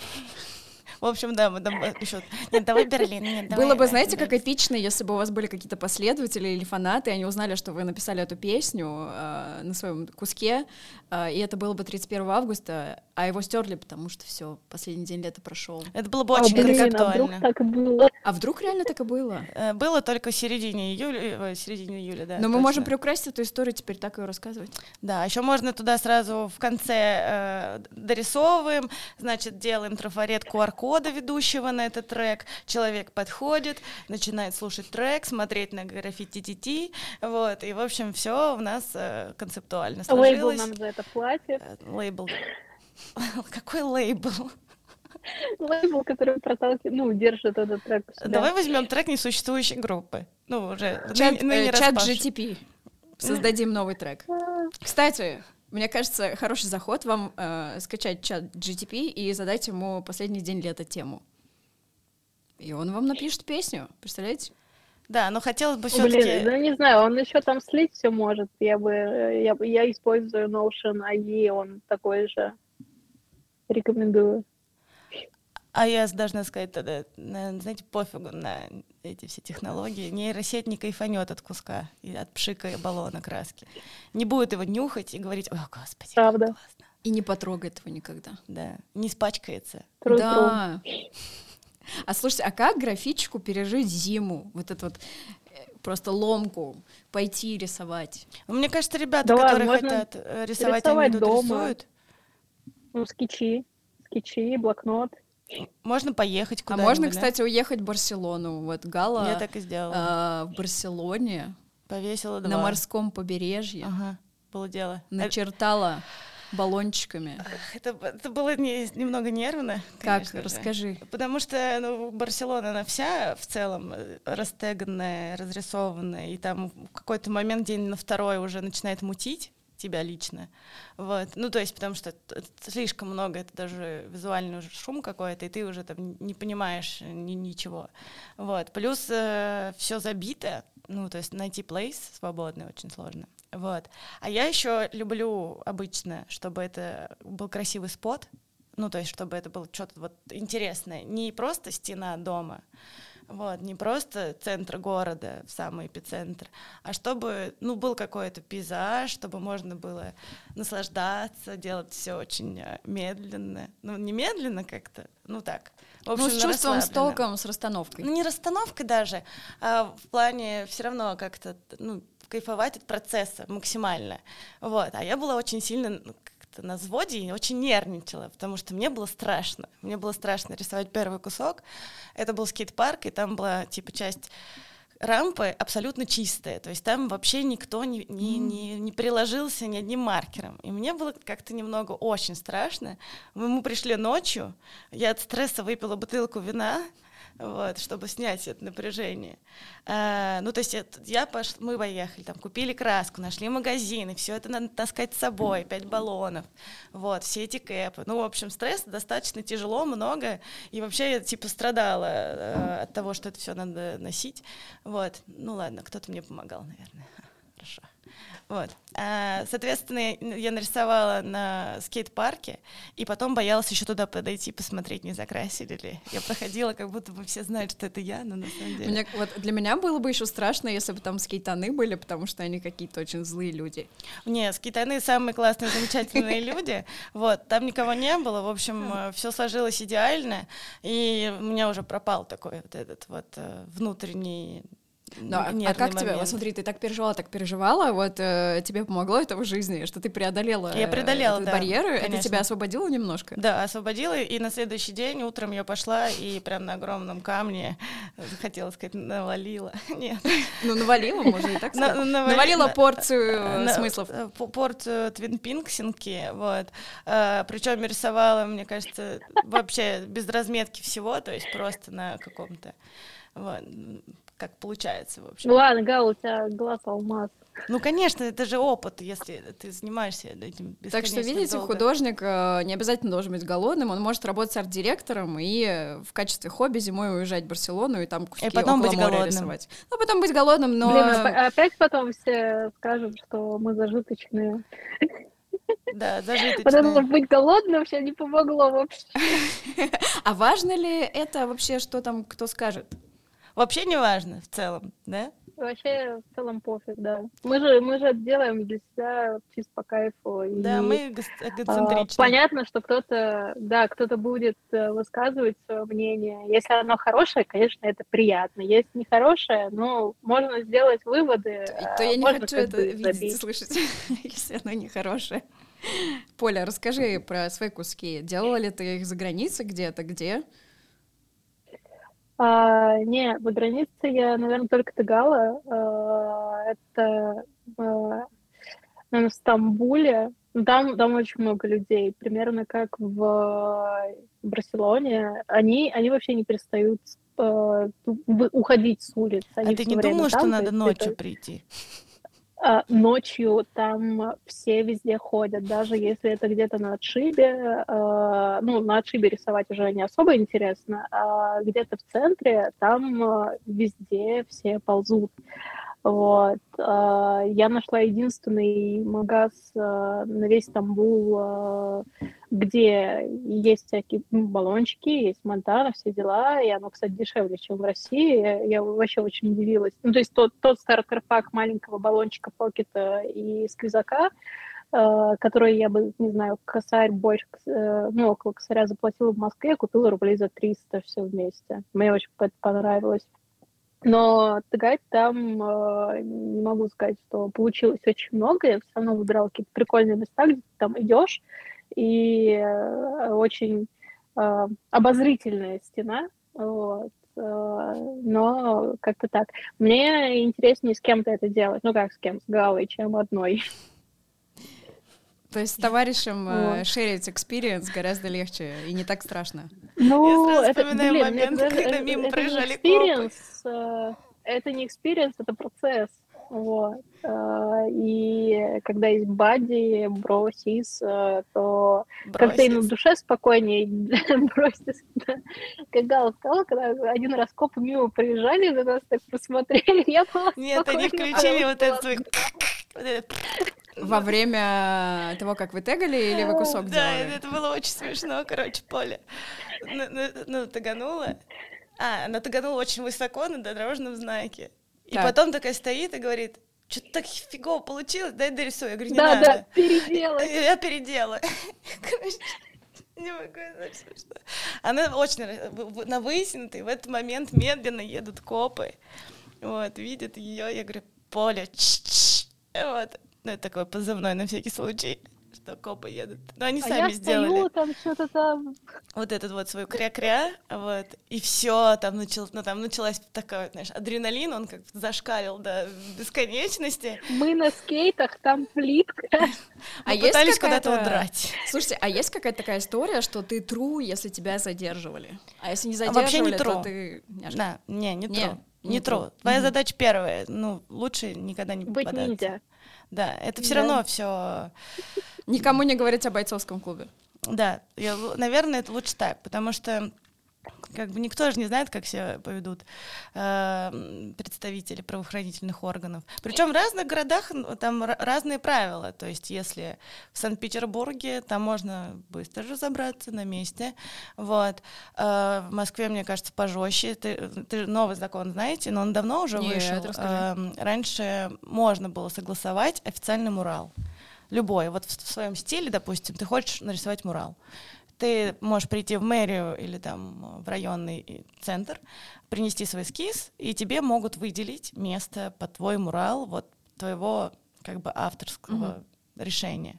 В общем, да, мы там еще... Нет, давай Берлин. Нет, давай, Было бы, давай, знаете, давай. как эпично, если бы у вас были какие-то последователи или фанаты, и они узнали, что вы написали эту песню э, на своем куске, э, и это было бы тридцать первого августа, а его стерли, потому что все, последний день лета прошел. Это было бы А, очень блин, а вдруг концептуально. так и было? А вдруг реально так и было? Э, Было только в середине июля, ой, в середине июля, да. Но мы точно. можем приукрасить эту историю, теперь так ее рассказывать. Да, еще можно туда сразу в конце э, дорисовываем, значит, делаем трафарет ку ар кода ведущего на этот трек, человек подходит, начинает слушать трек, смотреть на граффити ти ти, вот, и, в общем, все у нас э, концептуально Лейбл сложилось. нам за это платит. Э, Лейбл. Какой лейбл? Лейбл, который проталкивает, ну, держит этот трек у себя. Давай возьмем трек несуществующей группы. Ну, уже Чат, ныне- ныне э, чат распавший. джи ти пи. Создадим новый трек. Кстати, мне кажется, хороший заход вам э, скачать чат джи ти пи и задать ему последний день лета тему. И он вам напишет песню, представляете? Да, но хотелось бы Блин, все-таки... ну не знаю, он еще там слить все может. Я бы, я, бы- я использую Notion эй и, он такой же. Рекомендую. А я должна сказать тогда, на- знаете, пофигу на эти все технологии. Нейросеть не кайфанет от куска и от пшика и баллона краски. Не будет его нюхать и говорить: «О, господи, как Правда. классно». И не потрогает его никогда. Да, не испачкается. Тру-тру. Да. А слушайте, а как графичку пережить зиму? Вот эту вот э, просто ломку, пойти рисовать. Ну, мне кажется, ребята, Да ладно, которые можно хотят э, рисовать, рисовать они идут, дома. рисуют. Ну, скетчи. Скетчи, блокнот. Можно поехать А куда-нибудь. можно, да? кстати, уехать в Барселону. Вот Гала Я так и сделала. а, в Барселоне Повесила два. на морском побережье Ага, было дело. начертала баллончиками. Это, это было не- немного нервно, Как? конечно же. Расскажи. Потому что ну, Барселона, она вся в целом э, растеганная, разрисованная, и там в какой-то момент, день на второй, уже начинает мутить, тебя лично. Вот. Ну, то есть, потому что слишком много, это даже визуальный уже шум какой-то, и ты уже там не понимаешь ни, ничего. Вот. Плюс э, все забито, ну, то есть найти плейс свободный очень сложно. Вот. А я еще люблю обычно, чтобы это был красивый спот, ну, то есть, чтобы это было что-то вот интересное, не просто стена дома, вот, не просто центр города, самый эпицентр, а чтобы, ну, был какой-то пейзаж, чтобы можно было наслаждаться, делать все очень медленно, ну, не медленно как-то, ну, так. В общем, ну, с чувством, с толком, с расстановкой. Ну, не расстановка даже, а в плане все равно как-то, ну, кайфовать от процесса максимально, вот. А я была очень сильно на взводе и очень нервничала, потому что мне было страшно. Мне было страшно рисовать первый кусок. Это был скейт-парк, и там была типа часть рампы абсолютно чистая. То есть там вообще никто не, не, не, не приложился ни одним маркером. И мне было как-то немного очень страшно. Мы пришли ночью, я от стресса выпила бутылку вина, вот, чтобы снять это напряжение. А, ну, то есть это, я пош... мы поехали, там, купили краску, нашли магазины, все это надо таскать с собой, пять баллонов, вот, все эти кэпы. Ну, в общем, стресс достаточно тяжело, много, и вообще я, типа, страдала э, от того, что это все надо носить. Вот, ну, ладно, кто-то мне помогал, наверное. Хорошо. Вот. А, соответственно, я нарисовала на скейт-парке, и потом боялась еще туда подойти, посмотреть, не закрасили ли. Я проходила, как будто бы все знают, что это я, но на самом деле... Мне, вот, для меня было бы еще страшно, если бы там скейтаны были, потому что они какие-то очень злые люди. Нет, скейтаны самые классные, замечательные люди. Вот, там никого не было, в общем, все сложилось идеально, и у меня уже пропал такой вот этот вот внутренний... Да, а как момент. Тебе, вот смотри, ты так переживала, так переживала, вот э, тебе помогло это в жизни, что ты преодолела, я преодолела, этот да, барьеры, конечно. Это тебя освободило немножко? Да, освободила, и на следующий день утром я пошла и прям на огромном камне, хотела сказать, навалила, нет. Ну, навалила, можно и так сказать. Навалила порцию смыслов. Порцию твинпинксинки, вот, причем рисовала, мне кажется, вообще без разметки всего, то есть просто на каком-то, вот, как получается, в общем. Ну ладно, Гал, у тебя глаз алмаз. Ну, конечно, это же опыт, если ты занимаешься этим бесконечно. Так что, видите, долго. художник не обязательно должен быть голодным, он может работать арт-директором и в качестве хобби зимой уезжать в Барселону и там куски и потом около быть моря голодным. Рисовать. Ну, потом быть голодным, но... Блин, опять потом все скажут, что мы зажиточные. Да, зажиточные. Потому что быть голодным вообще не помогло вообще. А важно ли это вообще, что там кто скажет? Вообще не важно в целом, да? Вообще в целом пофиг, да. Мы же, мы же это делаем для себя чисто по кайфу. Да, и, мы эгоцентричны. А, понятно, что кто-то, да, кто-то будет высказывать свое мнение. Если оно хорошее, конечно, это приятно. Если не хорошее, ну, можно сделать выводы. То я не можно хочу это видеть забить. и слышать, если оно нехорошее. Поля, расскажи про свои куски. Делала ли ты их за границей где-то, где? А, не, за границей я, наверное, только Тагала. А, это, а, наверное, в Стамбуле. Там, там очень много людей. Примерно как в Барселоне. Они, они вообще не перестают а, уходить с улиц. Они а ты не думала, что надо ночью это... прийти? Uh, ночью там все везде ходят, даже если это где-то на отшибе, uh, ну, на отшибе рисовать уже не особо интересно, а где-то в центре там uh, везде все ползут. Вот. Uh, я нашла единственный магаз uh, на весь Стамбул, uh, где есть всякие ну, баллончики, есть Монтана, все дела, и оно, кстати, дешевле, чем в России. Я вообще очень удивилась. Ну, то есть тот, тот стартер-пак маленького баллончика, покета и сквизака, uh, который я бы, не знаю, косарь больше, uh, ну, около косаря заплатила в Москве, купила рублей за триста все вместе. Мне очень это понравилось. Но тагать там, э, не могу сказать, что получилось очень много. Я все равно выбирала какие-то прикольные места, где ты там идешь, и э, очень э, обозрительная стена, вот. Э, но как-то так. Мне интереснее с кем-то это делать. Ну как с кем? С Галой, чем одной. То есть с товарищем э, шерить experience гораздо легче и не так страшно. Ну, я это, вспоминаю момент, это, когда это, мимо это проезжали не experience, копы. Это не experience, это процесс. Вот. А, И когда есть бади, бро, сис, э, то как-то и на Бросить. душе спокойнее бросить. Да. Как Гала сказала, когда один раз копы мимо проезжали, на нас так посмотрели, я была Нет, они спокойна, включили потому вот что этот свой... ладно. вот этот- Во время того, как вы тегали, или вы кусок Да, делали? это было очень смешно, короче, Поля. Ну, ну, ну, таганула. А, она таганула очень высоко на дорожном знаке. И Так. потом такая стоит и говорит, что-то так фигово получилось, дай дорисую. Я говорю, не Да, надо. да, переделать. Я переделаю. Короче, не могу, это очень смешно. Она очень ра- в- в- на высинутой, в этот момент медленно едут копы. Вот, видят ее, я говорю, Поля, ч-ч. Вот. Ну, это такой позывной на всякий случай, что копы едут. Но они А сами я сделали стою, там что-то там. вот этот вот свой кря-кря, вот, и все, там, начал, ну, там началась такая, знаешь, адреналин, он как зашкалил до бесконечности. Мы на скейтах, там плитка. А Мы есть пытались какая-то- куда-то удрать. Слушайте, а есть какая-то такая история, что ты тру, если тебя задерживали? А если не А задерживали, вообще не то тру. ты... няшка? Да, не, не Не, тру. не Не тру. тру. Твоя Мгм. задача первая, ну, лучше никогда не Быть попадаться. ниндзя. Да, это все Да. равно все. Никому не говорить о бойцовском клубе. Да, я, л- наверное, это лучше так, потому что как бы никто же не знает, как себя поведут э, м, представители правоохранительных органов. Причем в разных городах н- там ра- разные правила. То есть, если в Санкт-Петербурге, там можно быстро разобраться на месте. Вот. Э, в Москве, мне кажется, пожестче. Ты, ты же новый закон знаете, но он давно уже Нет, вышел. расскажи. Эм, раньше можно было согласовать официальный мурал. Любой. Вот в, в своем стиле, допустим, ты хочешь нарисовать мурал. Ты можешь прийти в мэрию или там в районный и- центр, принести свой эскиз, и тебе могут выделить место под твой мурал, вот твоего как бы авторского решения.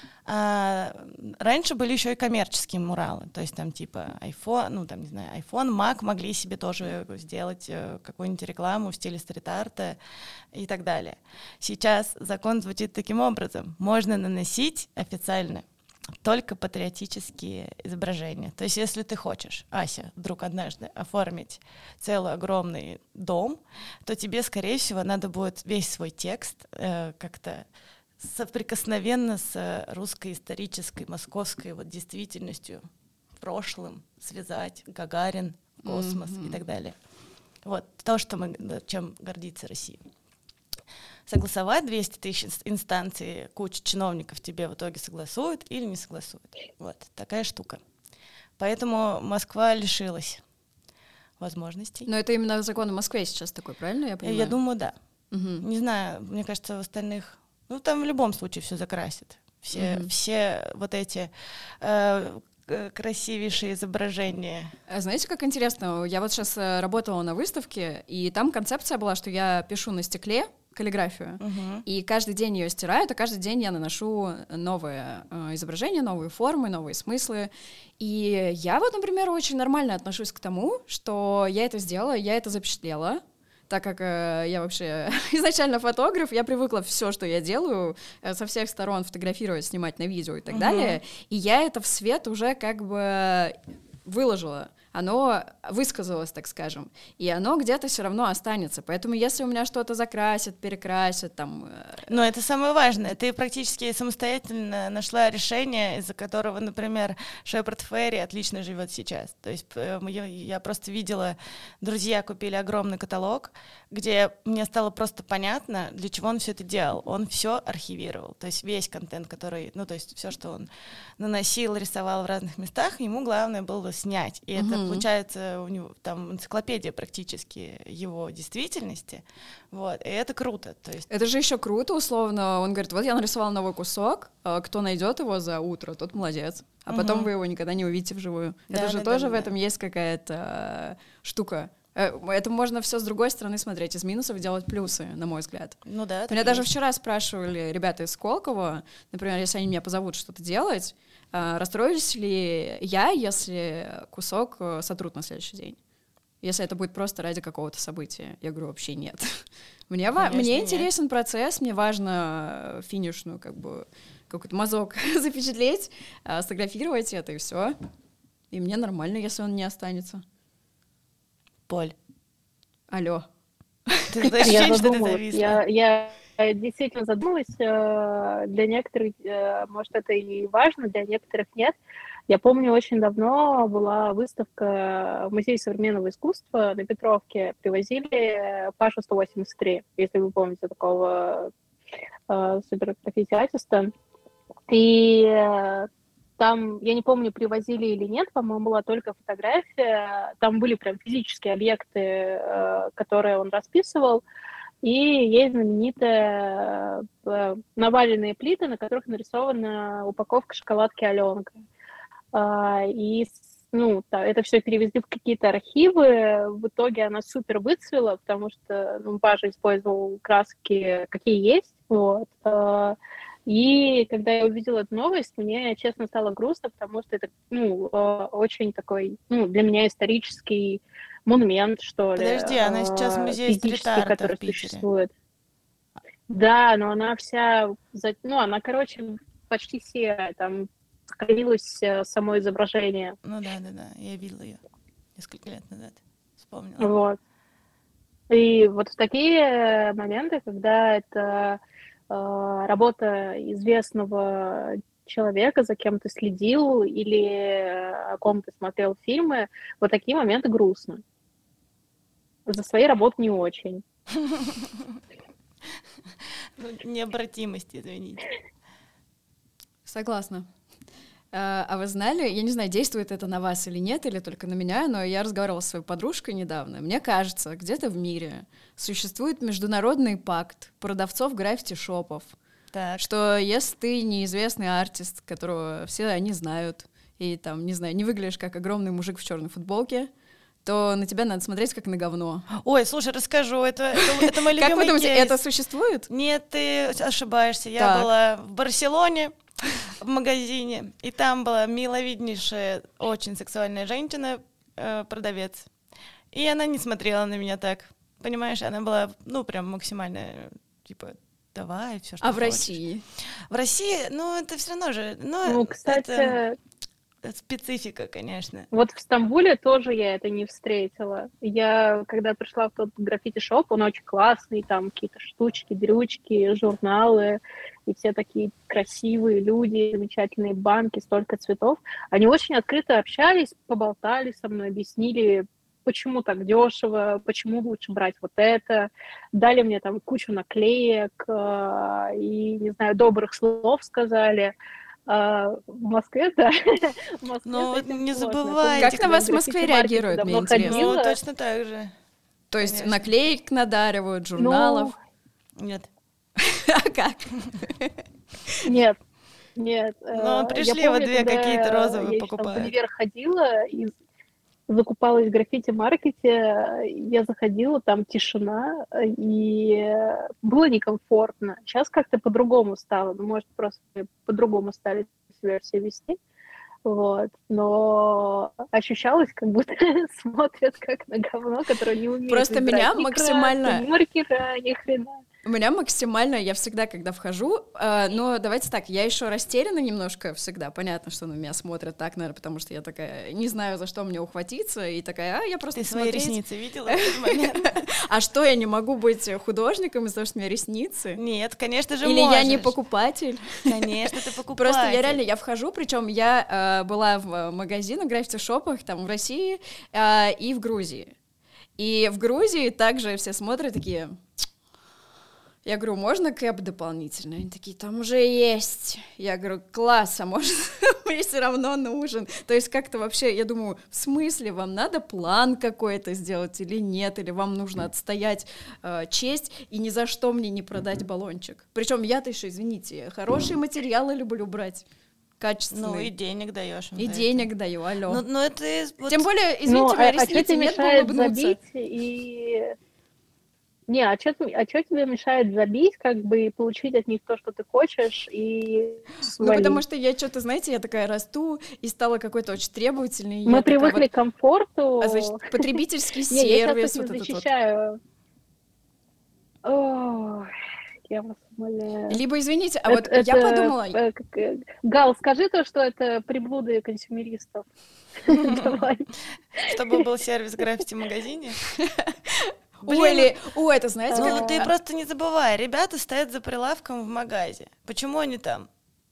А, раньше были еще и коммерческие муралы, то есть там типа iPhone, ну там не знаю, iPhone, Mac могли себе тоже сделать э, какую-нибудь рекламу в стиле стрит-арта и так далее. Сейчас закон звучит таким образом: можно наносить официально только патриотические изображения. То есть если ты хочешь, Ася, вдруг однажды оформить целый огромный дом, то тебе, скорее всего, надо будет весь свой текст э, как-то соприкосновенно с русской исторической, московской вот действительностью, прошлым связать, Гагарин, космос Мгм. и так далее. Вот то, что мы, да, чем гордится Россия. Согласовать двести тысяч инс- инстанций, куча чиновников тебе в итоге согласуют или не согласуют. Вот такая штука. Поэтому Москва лишилась возможностей. Но это именно закон в Москве сейчас такой, правильно я Я, понимаю? я думаю, да. Мгм. Не знаю, мне кажется, в остальных... Ну, там в любом случае все закрасит. Все, Мгм. все вот эти э, к- красивейшие изображения. А знаете, как интересно, я вот сейчас работала на выставке, и там концепция была, что я пишу на стекле каллиграфию, Мгм. и каждый день ее стирают, а каждый день я наношу новые э, изображения, новые формы, новые смыслы. И я вот, например, очень нормально отношусь к тому, что я это сделала, я это запечатлела, так как э, я вообще изначально фотограф, я привыкла все, что я делаю, э, со всех сторон фотографировать, снимать на видео и так Мгм. далее, и я это в свет уже как бы выложила. Оно высказалось, так скажем, и оно где-то все равно останется. Поэтому если у меня что-то закрасят, перекрасят, там... э, Но это самое важное. Ты практически самостоятельно нашла решение, из-за которого, например, Шепард Ферри отлично живет сейчас. То есть э, я, я просто видела, друзья купили огромный каталог, где мне стало просто понятно, для чего он все это делал. Он все архивировал. То есть весь контент, который, ну, то есть все, что он наносил, рисовал в разных местах, ему главное было снять. И это, Мгм. получается, у него там энциклопедия практически его действительности. Вот. И это круто. То есть Это же еще круто, условно. Он говорит, вот я нарисовал новый кусок, а кто найдет его за утро, тот молодец. А потом Мгм. вы его никогда не увидите вживую. Да, это же да, тоже да, в да. этом есть какая-то э, штука. Э, Это можно все с другой стороны смотреть, из минусов делать плюсы, на мой взгляд. ну да. так Меня и даже есть. вчера спрашивали ребята из Сколково, например, если они меня позовут что-то делать, а, расстроюсь ли я, если кусок э, сотрут на следующий день? Если это будет просто ради какого-то события. Я говорю, вообще нет. Мне, ва- Конечно, мне нет. интересен процесс, мне важно э, финишную, как бы, какой-то мазок запечатлеть, а, сфотографировать это, и все. И мне нормально, если он не останется. Поль, Алло. Ты Я ощущение, что ты задумалась. зависла. Я, я действительно задумалась. э, Для некоторых, э, может, это и важно, для некоторых нет. Я помню, очень давно была выставка в Музее современного искусства на Петровке. Привозили Пашу сто восемьдесят три, если вы помните такого э, суперпрофессионалиста. И э, там, я не помню, привозили или нет, по-моему, была только фотография. Там были прям физические объекты, э, которые он расписывал. И есть знаменитые э, наваленные плиты, на которых нарисована упаковка шоколадки Аленка. А, И с- ну, та- это все перевезли в какие-то архивы. В итоге она супер выцвела, потому что ну, Паша использовал краски, какие есть. Вот. А, И когда я увидела эту новость, мне, честно, стало грустно, потому что это ну, э, очень такой, ну, для меня исторический монумент, что ли, Подожди, она сейчас в э, музее физически, стрит-арта в который Питере. существует. Да, но она вся, за- ну, она, короче, почти серая, там сохранилось э, само изображение. Ну да, да, да, я видела ее несколько лет назад. Вспомнила. Вот. И вот в такие моменты, когда это э, работа известного человека, за кем ты следил или э, о ком ты смотрел фильмы, вот такие моменты грустно. За своей работой не очень. Ну, необратимость, извините. Согласна. А а вы знали, я не знаю, действует это на вас или нет, или только на меня, но я разговаривала с своей подружкой недавно. Мне кажется, где-то в мире существует международный пакт продавцов граффити-шопов, Так, что если ты неизвестный артист, которого все они знают, и там, не знаю, не выглядишь как огромный мужик в черной футболке, то на тебя надо смотреть как на говно. ой, слушай, расскажу, это, это, это мой любимый Как вы думаете, кейс. это существует? Нет, ты ошибаешься. Я Так. была в Барселоне в магазине, и там была миловиднейшая, очень сексуальная женщина, э, продавец. И она не смотрела на меня так. Понимаешь, она была, ну, прям максимально, типа, давай, все, что А в хочешь. России? В России, ну, это все равно же, ну, Ну, кстати, это специфика, конечно. вот в Стамбуле тоже я это не встретила. Я, когда пришла в тот граффити-шоп, он очень классный, там какие-то штучки, дрючки, журналы, и все такие красивые люди, замечательные банки, столько цветов. Они очень открыто общались, поболтали со мной, объяснили, почему так дешево, почему лучше брать вот это. Дали мне там кучу наклеек э, и, не знаю, добрых слов сказали. А, в Москве, да. В Москве Но с этим не сложно. забывайте, Как Когда на вас в в Москве граффити-маркете реагируют, мне давно интересно? Ну, ходила. точно так же. То есть Конечно. наклеек надаривают, журналов. Нет. А как? Нет, нет. Ну, э, пришли я вот помню, две когда какие-то розовые я ещё там в покупают. универ ходила и закупалась в граффити-маркете, я заходила, там тишина, и было некомфортно. Сейчас как-то по-другому стало, ну, может, просто по-другому стали себя все вести, вот. Но ощущалось, как будто смотрят как на говно, которое не умеет Просто меня выбирать ни максимально- краску, ни маркера, ни хрена. У меня максимально, я всегда, когда вхожу, э, но давайте так, я еще растеряна немножко всегда. Понятно, что на меня смотрят так, наверное, потому что я такая, не знаю, за что мне ухватиться, и такая, а, я просто Ты свои смотреть. ресницы видела в этот момент? А что, я не могу быть художником из-за того, что у меня ресницы? Нет, конечно же, Или я не можешь. покупатель? покупатель? Конечно, ты покупатель. Просто я реально, я вхожу, причем я э, была в магазинах, граффити-шопах, там, в России э, и в Грузии. И в Грузии также все смотрят такие... Я говорю, можно кэп дополнительно? Они такие, там уже есть. Я говорю, класс, а может, мне все равно нужен. То есть как-то вообще, я думаю, в смысле, вам надо план какой-то сделать или нет? Или вам нужно отстоять э, честь и ни за что мне не продать баллончик? Причем я-то еще, извините, хорошие материалы люблю брать. Качественные. Ну и денег даешь. И денег даю, алло. Ну, ну это... вот- Тем более, извините, Ну, у меня а, а что ресницы тебе нет бы мешает улыбнуться. забить и... Не, а что а чё тебе мешает забить, как бы, и получить от них то, что ты хочешь, и Ну, свалить? потому что я что-то, знаете, я такая расту и стала какой-то очень требовательной. Мы я такая привыкли вот, к комфорту. а, значит, потребительский Не, я сервис, сейчас вот очень этот вот. защищаю. Ой, я вас умоляю. Либо, извините, а Это- вот я это, подумала, э, как, э, Гал, скажи то, что это приблуды консюмеристов. Давай. Чтобы был сервис граффити в магазине. Блин, Ой, или, о, это знаете, ну, как... ты просто не забывай, ребята стоят за прилавком в магазе. Почему они там?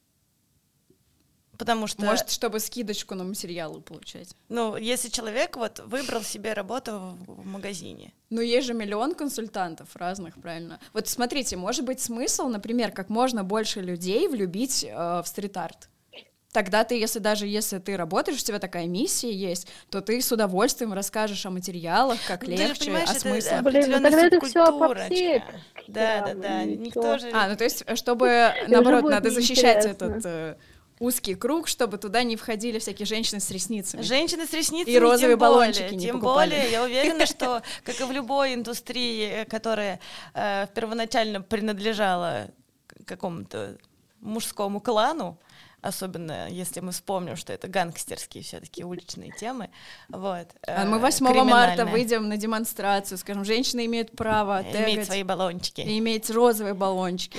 Потому что... Может, чтобы скидочку на материалы получать. Ну, если человек вот выбрал себе работу в, в магазине. Ну, есть же миллион консультантов разных, правильно? Вот смотрите, может быть смысл, например, как можно больше людей влюбить э, в стрит-арт. Тогда ты, если даже если ты работаешь, у тебя такая миссия есть, то ты с удовольствием расскажешь о материалах, как ну, легче, о смыслах. Блин, ну тогда это все апопсеек. Да, да, да. Никто же... А, ну то есть, чтобы, наоборот, надо защищать этот э, узкий круг, чтобы туда не входили всякие женщины с ресницами. Женщины с ресницами, и розовые баллончики более, не тем покупали. более, я уверена, что, как и в любой индустрии, которая э, первоначально принадлежала какому-то мужскому клану, особенно если мы вспомним, что это гангстерские все-таки уличные темы. Вот, а мы восьмого марта выйдем на демонстрацию, скажем, женщины имеют право иметь свои баллончики. И иметь розовые баллончики.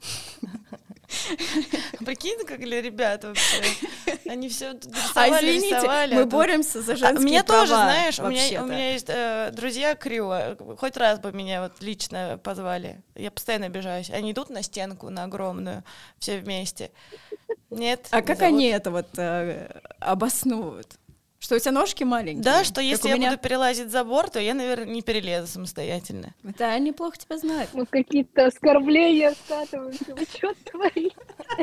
Прикинь, как ли ребята вообще, они все рисовали, а, извините, рисовали. мы а боремся за женские а, меня права. Тоже, знаешь, у меня, у меня есть э, друзья Крю, хоть раз бы меня вот лично позвали, я постоянно обижаюсь. Они идут на стенку, на огромную, все вместе. Нет. А как зовут. Они это вот э, обосновывают? Что у тебя ножки маленькие? Да, что если я меня... буду перелазить забор, то я, наверное, не перелезу самостоятельно. Это они плохо тебя знают. Ну, какие-то оскорбления скатываются. Вы что творите?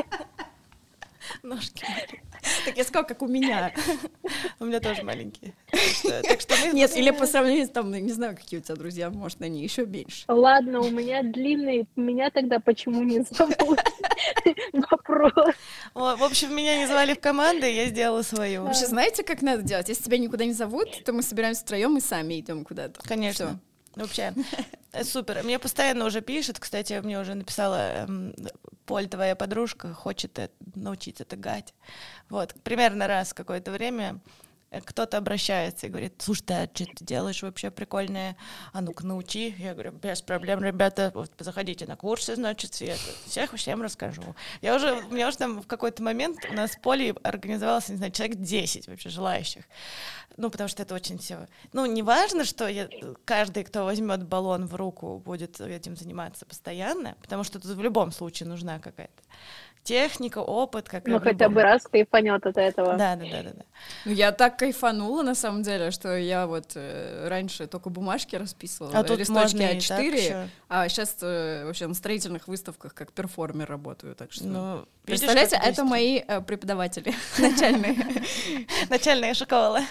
Ножки маленькие. Так я сказала, как у меня. У меня тоже маленькие. Так что мы... Нет, или по сравнению с там, не знаю, какие у тебя друзья, может, они еще меньше. Ладно, у меня длинные, меня тогда почему не зовут? Вопрос. В общем, меня не звали в команды, я сделала свою. Вообще, знаете, как надо делать? Если тебя никуда не зовут, то мы собираемся втроем и сами идем куда-то. Конечно. Вообще, супер. Мне постоянно уже пишут, кстати, мне уже написала Поль, твоя подружка, хочет научиться тагать. Вот, примерно раз в какое-то время кто-то обращается и говорит: слушай, а что ты делаешь вообще прикольное? А ну-ка научи. Я говорю: без проблем, ребята, вот заходите на курсы, значит, я всех всем расскажу. Я уже, у меня уже там в какой-то момент у нас в Поле организовалось, не знаю, человек десять вообще желающих. Ну, потому что это очень все... Ну, не важно, что я, каждый, кто возьмет баллон в руку, будет этим заниматься постоянно, потому что тут в любом случае нужна какая-то техника, опыт. Как ну, хотя бы раз кайфанет от этого. Да, да, да, да, да. Ну, я так кайфанула, на самом деле, что я вот э, раньше только бумажки расписывала, а тут листочки А четыре, так, а сейчас э, вообще на строительных выставках как перформер работаю, так что... Ну, представляете, видишь, это мои э, преподаватели начальные. Начальная школа.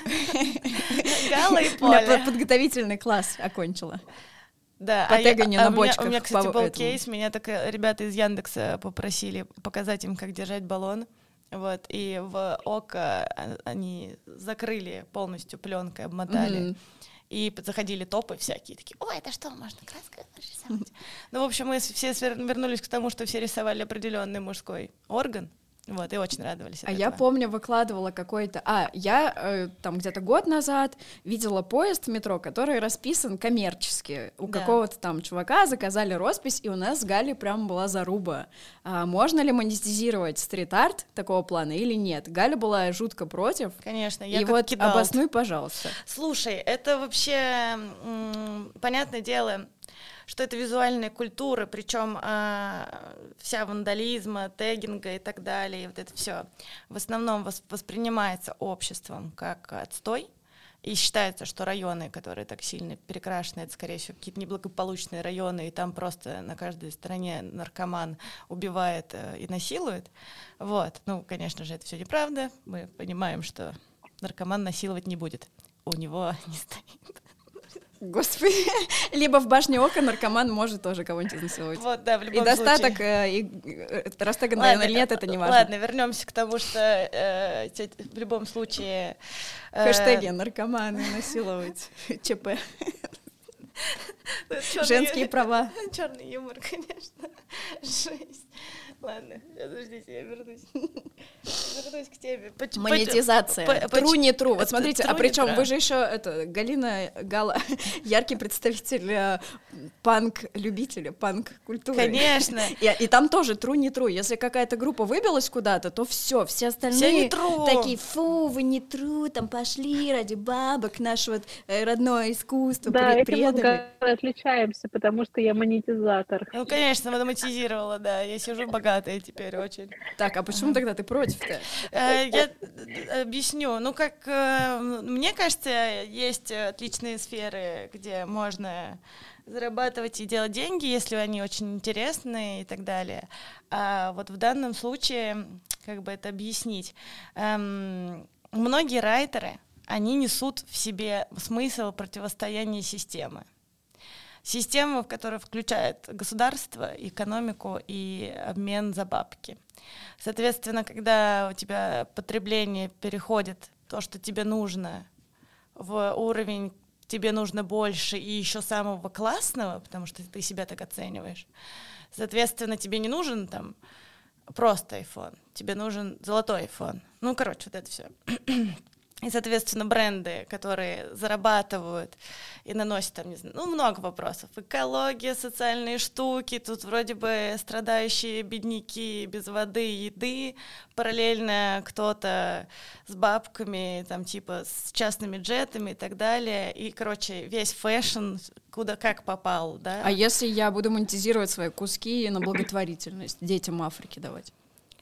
Гала и Поля. Я подготовительный класс окончила. Да, по тэганию а на бочках. У меня, кстати, был этому. кейс, меня так ребята из Яндекса попросили показать им, как держать баллон. Вот, и в око они закрыли полностью пленкой, обмотали. Mm-hmm. И заходили топы всякие, такие: ой, это что, можно краской нарисовать? Ну, в общем, мы все вернулись к тому, что все рисовали определенный мужской орган. Вот, и очень радовались. А этого. Я помню, выкладывала какой-то... А, я э, там где-то год назад видела поезд в метро, который расписан коммерчески. У да. какого-то там чувака заказали роспись, и у нас с Галей прям была заруба. А можно ли монетизировать стрит-арт такого плана или нет? Галя была жутко против. Конечно, я И как вот кидал. Обоснуй, пожалуйста. Слушай, это вообще, м- понятное дело, что это визуальная культура, причем э, вся вандализма, тегинга и так далее, и вот это все в основном вос- воспринимается обществом как отстой, и считается, что районы, которые так сильно перекрашены, это, скорее всего, какие-то неблагополучные районы, и там просто на каждой стороне наркоман убивает э, и насилует. Вот. Ну, конечно же, это все неправда. Мы понимаем, что наркоман насиловать не будет. У него не стоит. Господи, либо в башне ока наркоман может тоже кого-нибудь изнасиловать. Вот, да, в любом и достаток, случае. Э, и растеган район или нет, это не важно. Ладно, вернемся к тому, что э, в любом случае... Э, Хэштеги наркоманы насиловать, ЧП. Женские права. Черный юмор, конечно. Жесть. Ладно, подождите, я вернусь. Вернусь к теме. Монетизация. Тру, не тру. Вот смотрите, а причем вы же еще, это, Галина Гала, яркий представитель панк-любителя, панк-культуры. Конечно. И, и там тоже тру, не тру. Если какая-то группа выбилась куда-то, то все, все остальные все такие, фу, вы не тру, там пошли ради бабок, наше вот родное искусство да, пред- этим предали. мы отличаемся, потому что я монетизатор. Ну, конечно, монетизировала, да. Я сижу богатая теперь очень. Так, а почему тогда ты против-то? Я объясню. Ну, как мне кажется, есть отличные сферы, где можно зарабатывать и делать деньги, если они очень интересные и так далее. А вот в данном случае, как бы это объяснить, эм, многие райтеры, они несут в себе смысл противостояния системы. Система, в которую включает государство, экономику и обмен за бабки. Соответственно, когда у тебя потребление переходит то, что тебе нужно, в уровень тебе нужно больше и еще самого классного, потому что ты себя так оцениваешь, соответственно, тебе не нужен там просто iPhone, тебе нужен золотой iPhone. Ну, короче, вот это все. И, соответственно, бренды, которые зарабатывают и наносят там, не знаю, ну, много вопросов. Экология, социальные штуки, тут вроде бы страдающие бедняки без воды, еды, параллельно кто-то с бабками, там, типа, с частными джетами и так далее. И, короче, весь фэшн куда как попал, да. А если я буду монетизировать свои куски на благотворительность, детям Африки давать?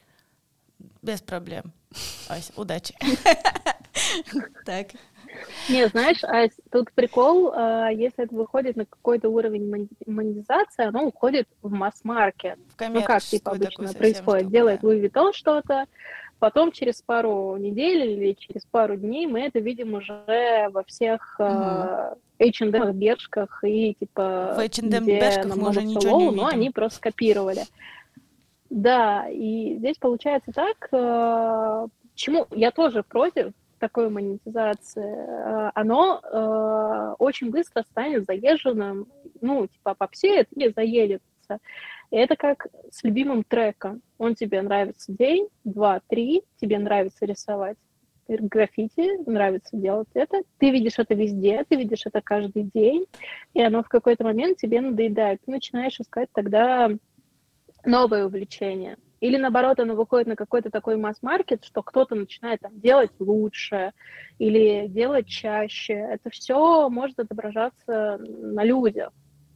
Без проблем. Ась, удачи. Так. Не, знаешь, а тут прикол, если это выходит на какой-то уровень монетизации, оно уходит в масс-маркет. Ну как, типа, обычно происходит. Штуку, Делает да. Луи Виттон что-то, потом через пару недель или через пару дней мы это видим уже во всех uh-huh. эйч энд эм бершках и, типа, в эйч энд эм бершках мы уже ничего не видим. Но они просто скопировали. Да, и здесь получается так, чему я тоже против такой монетизации, оно э, очень быстро станет заезженным, ну, типа, попсеет и заедется. И это как с любимым треком. Он тебе нравится день, два, три, тебе нравится рисовать граффити, нравится делать это, ты видишь это везде, ты видишь это каждый день, и оно в какой-то момент тебе надоедает. Ты начинаешь искать тогда новое увлечение. Или, наоборот, оно выходит на какой-то такой масс-маркет, что кто-то начинает там делать лучше или делать чаще. Это все может отображаться на людях,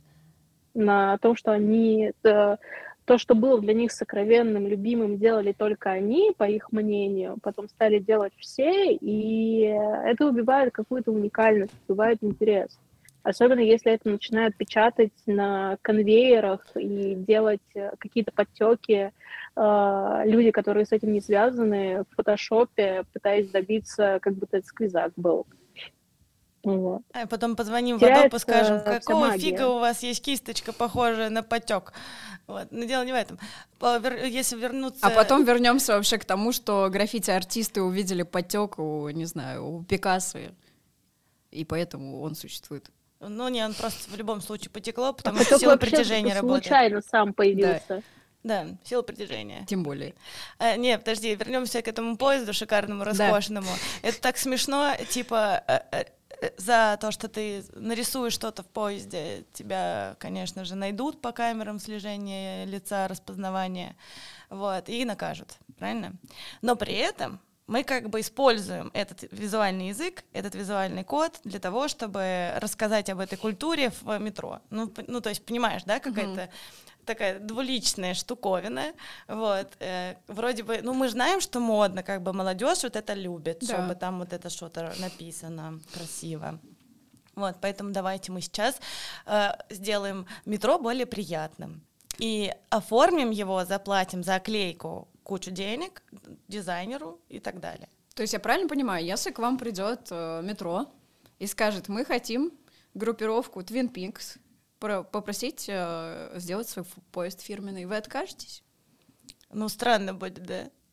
на том, что они... Это, то, что было для них сокровенным, любимым, делали только они, по их мнению, потом стали делать все, и это убивает какую-то уникальность, убивает интерес. Особенно если это начинают печатать на конвейерах и делать какие-то подтеки, э, люди, которые с этим не связаны, в фотошопе, пытаясь добиться, как будто это сквизак был. Вот. А потом позвоним в Adobe и скажем, какого фига у вас есть кисточка, похожая на потек. Вот. Но дело не в этом. Если вернуться... А потом вернемся вообще к тому, что граффити-артисты увидели потек у, не знаю, у Пикассо, и поэтому он существует. Ну, не, он просто в любом случае потекло, потому а что сила притяжения работает. Случайно сам появился. Да, да, сила притяжения. Тем более. А, не, подожди, вернемся к этому поезду шикарному, роскошному. Да. Это так смешно, типа, за то, что ты нарисуешь что-то в поезде, тебя, конечно же, найдут по камерам слежения лица, распознавания, вот, и накажут, правильно? Но при этом мы как бы используем этот визуальный язык, этот визуальный код для того, чтобы рассказать об этой культуре в метро. Ну, ну то есть, понимаешь, да, какая-то mm-hmm. такая двуличная штуковина, вот, э, вроде бы, ну, мы знаем, что модно, как бы молодежь вот это любит, да. чтобы там вот это что-то написано красиво. Вот, поэтому давайте мы сейчас э, сделаем метро более приятным и оформим его, заплатим за оклейку кучу денег дизайнеру и так далее. То есть я правильно понимаю, если к вам придет э, метро и скажет, мы хотим группировку Twin Peaks про- попросить э, сделать свой поезд фирменный, вы откажетесь? Ну, странно будет, да?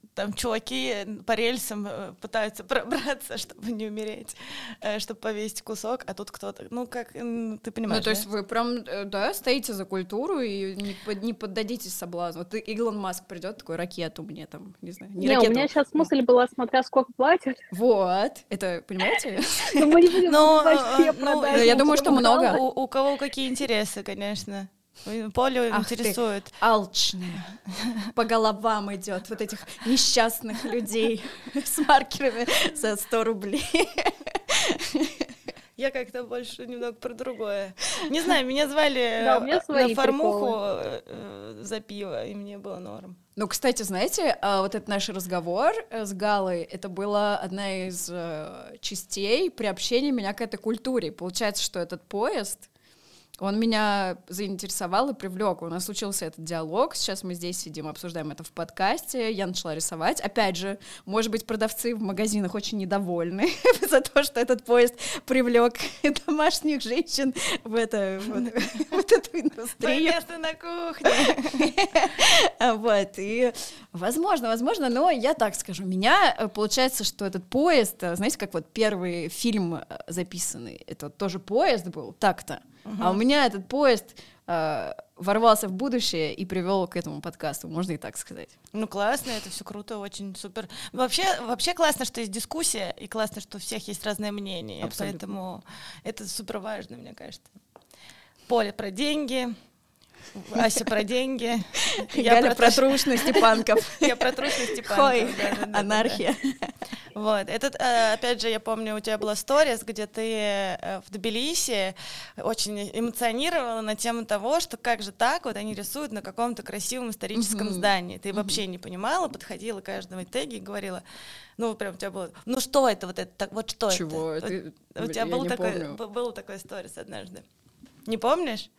там чуваки по рельсам пытаются пробраться, чтобы не умереть, чтобы повесить кусок, а тут кто-то, ну, как, ты понимаешь, Ну, то есть да? вы прям, да, стоите за культуру и не, под, не поддадитесь соблазну. Вот Илон Маск придет, такой, ракету мне там, не знаю, не, не ракету. у меня сейчас мысль была, смотря сколько платят. Вот, это, понимаете? Но мы не будем вообще продать. Я думаю, что много. У кого какие интересы, конечно. Поле интересует. Алчная. По головам идет вот этих несчастных людей с маркерами за сто рублей. Я как-то больше немного про другое. Не знаю, меня звали да, на формуху за пиво, и мне было норм. Ну, кстати, знаете, вот этот наш разговор с Галой, это была одна из частей приобщения меня к этой культуре. Получается, что этот поезд, он меня заинтересовал и привлек. У нас случился этот диалог. Сейчас мы здесь сидим, обсуждаем это в подкасте. Я начала рисовать. Опять же, может быть, продавцы в магазинах очень недовольны за то, что этот поезд привлек домашних женщин в, это, вот, вот эту индустрию. Место на кухне. Вот, и возможно, возможно, но я так скажу. У меня получается, что этот поезд, знаете, как вот первый фильм записанный, это тоже поезд был, так-то. Uh-huh. А у меня этот поезд э, ворвался в будущее и привел к этому подкасту, можно и так сказать. Ну, классно, это все круто, очень супер. Вообще, вообще классно, что есть дискуссия, и классно, что у всех есть разное мнение. Абсолютно. Поэтому это супер важно, мне кажется. Поля про деньги, Ася про деньги. Галя про трушность и панков. Я про трушность и панков. Хой, анархия. Вот, этот, опять же, я помню, у тебя была сторис, где ты в Тбилиси очень эмоционировала на тему того, что как же так, вот они рисуют на каком-то красивом историческом mm-hmm. здании. Ты mm-hmm. вообще не понимала, подходила к каждому теге и говорила, ну, прям у тебя было, ну, что это, вот это, так, вот что Чего? это? Ты... Вот, у тебя был такой, был такой сторис однажды. Не помнишь?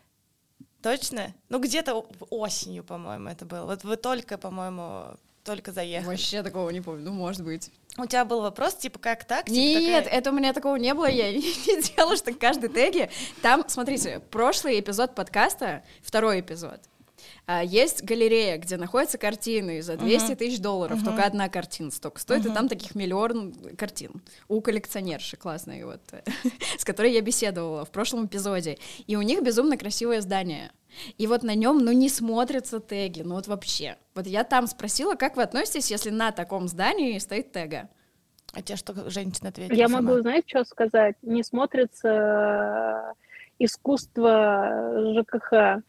Точно? Ну, где-то осенью, по-моему, это было. Вот вы только, по-моему, только заехали. Вообще такого не помню, ну, может быть. У тебя был вопрос, типа, как так? Типа, Нет, такая... это у меня такого не было, я не делала, что каждый теги... Там, смотрите, прошлый эпизод подкаста, второй эпизод, есть галерея, где находятся картины за двести тысяч долларов, uh-huh. только одна картина столько стоит, uh-huh. и там таких миллион картин у коллекционерши классной, вот, с которой я беседовала в прошлом эпизоде. И у них безумно красивое здание. И вот на нем, ну, не смотрятся теги, ну вот вообще. Вот я там спросила, как вы относитесь, если на таком здании стоит тега? А тебе что женщина ответила? Я сама? могу, знаете, что сказать? Не смотрится искусство ЖКХ.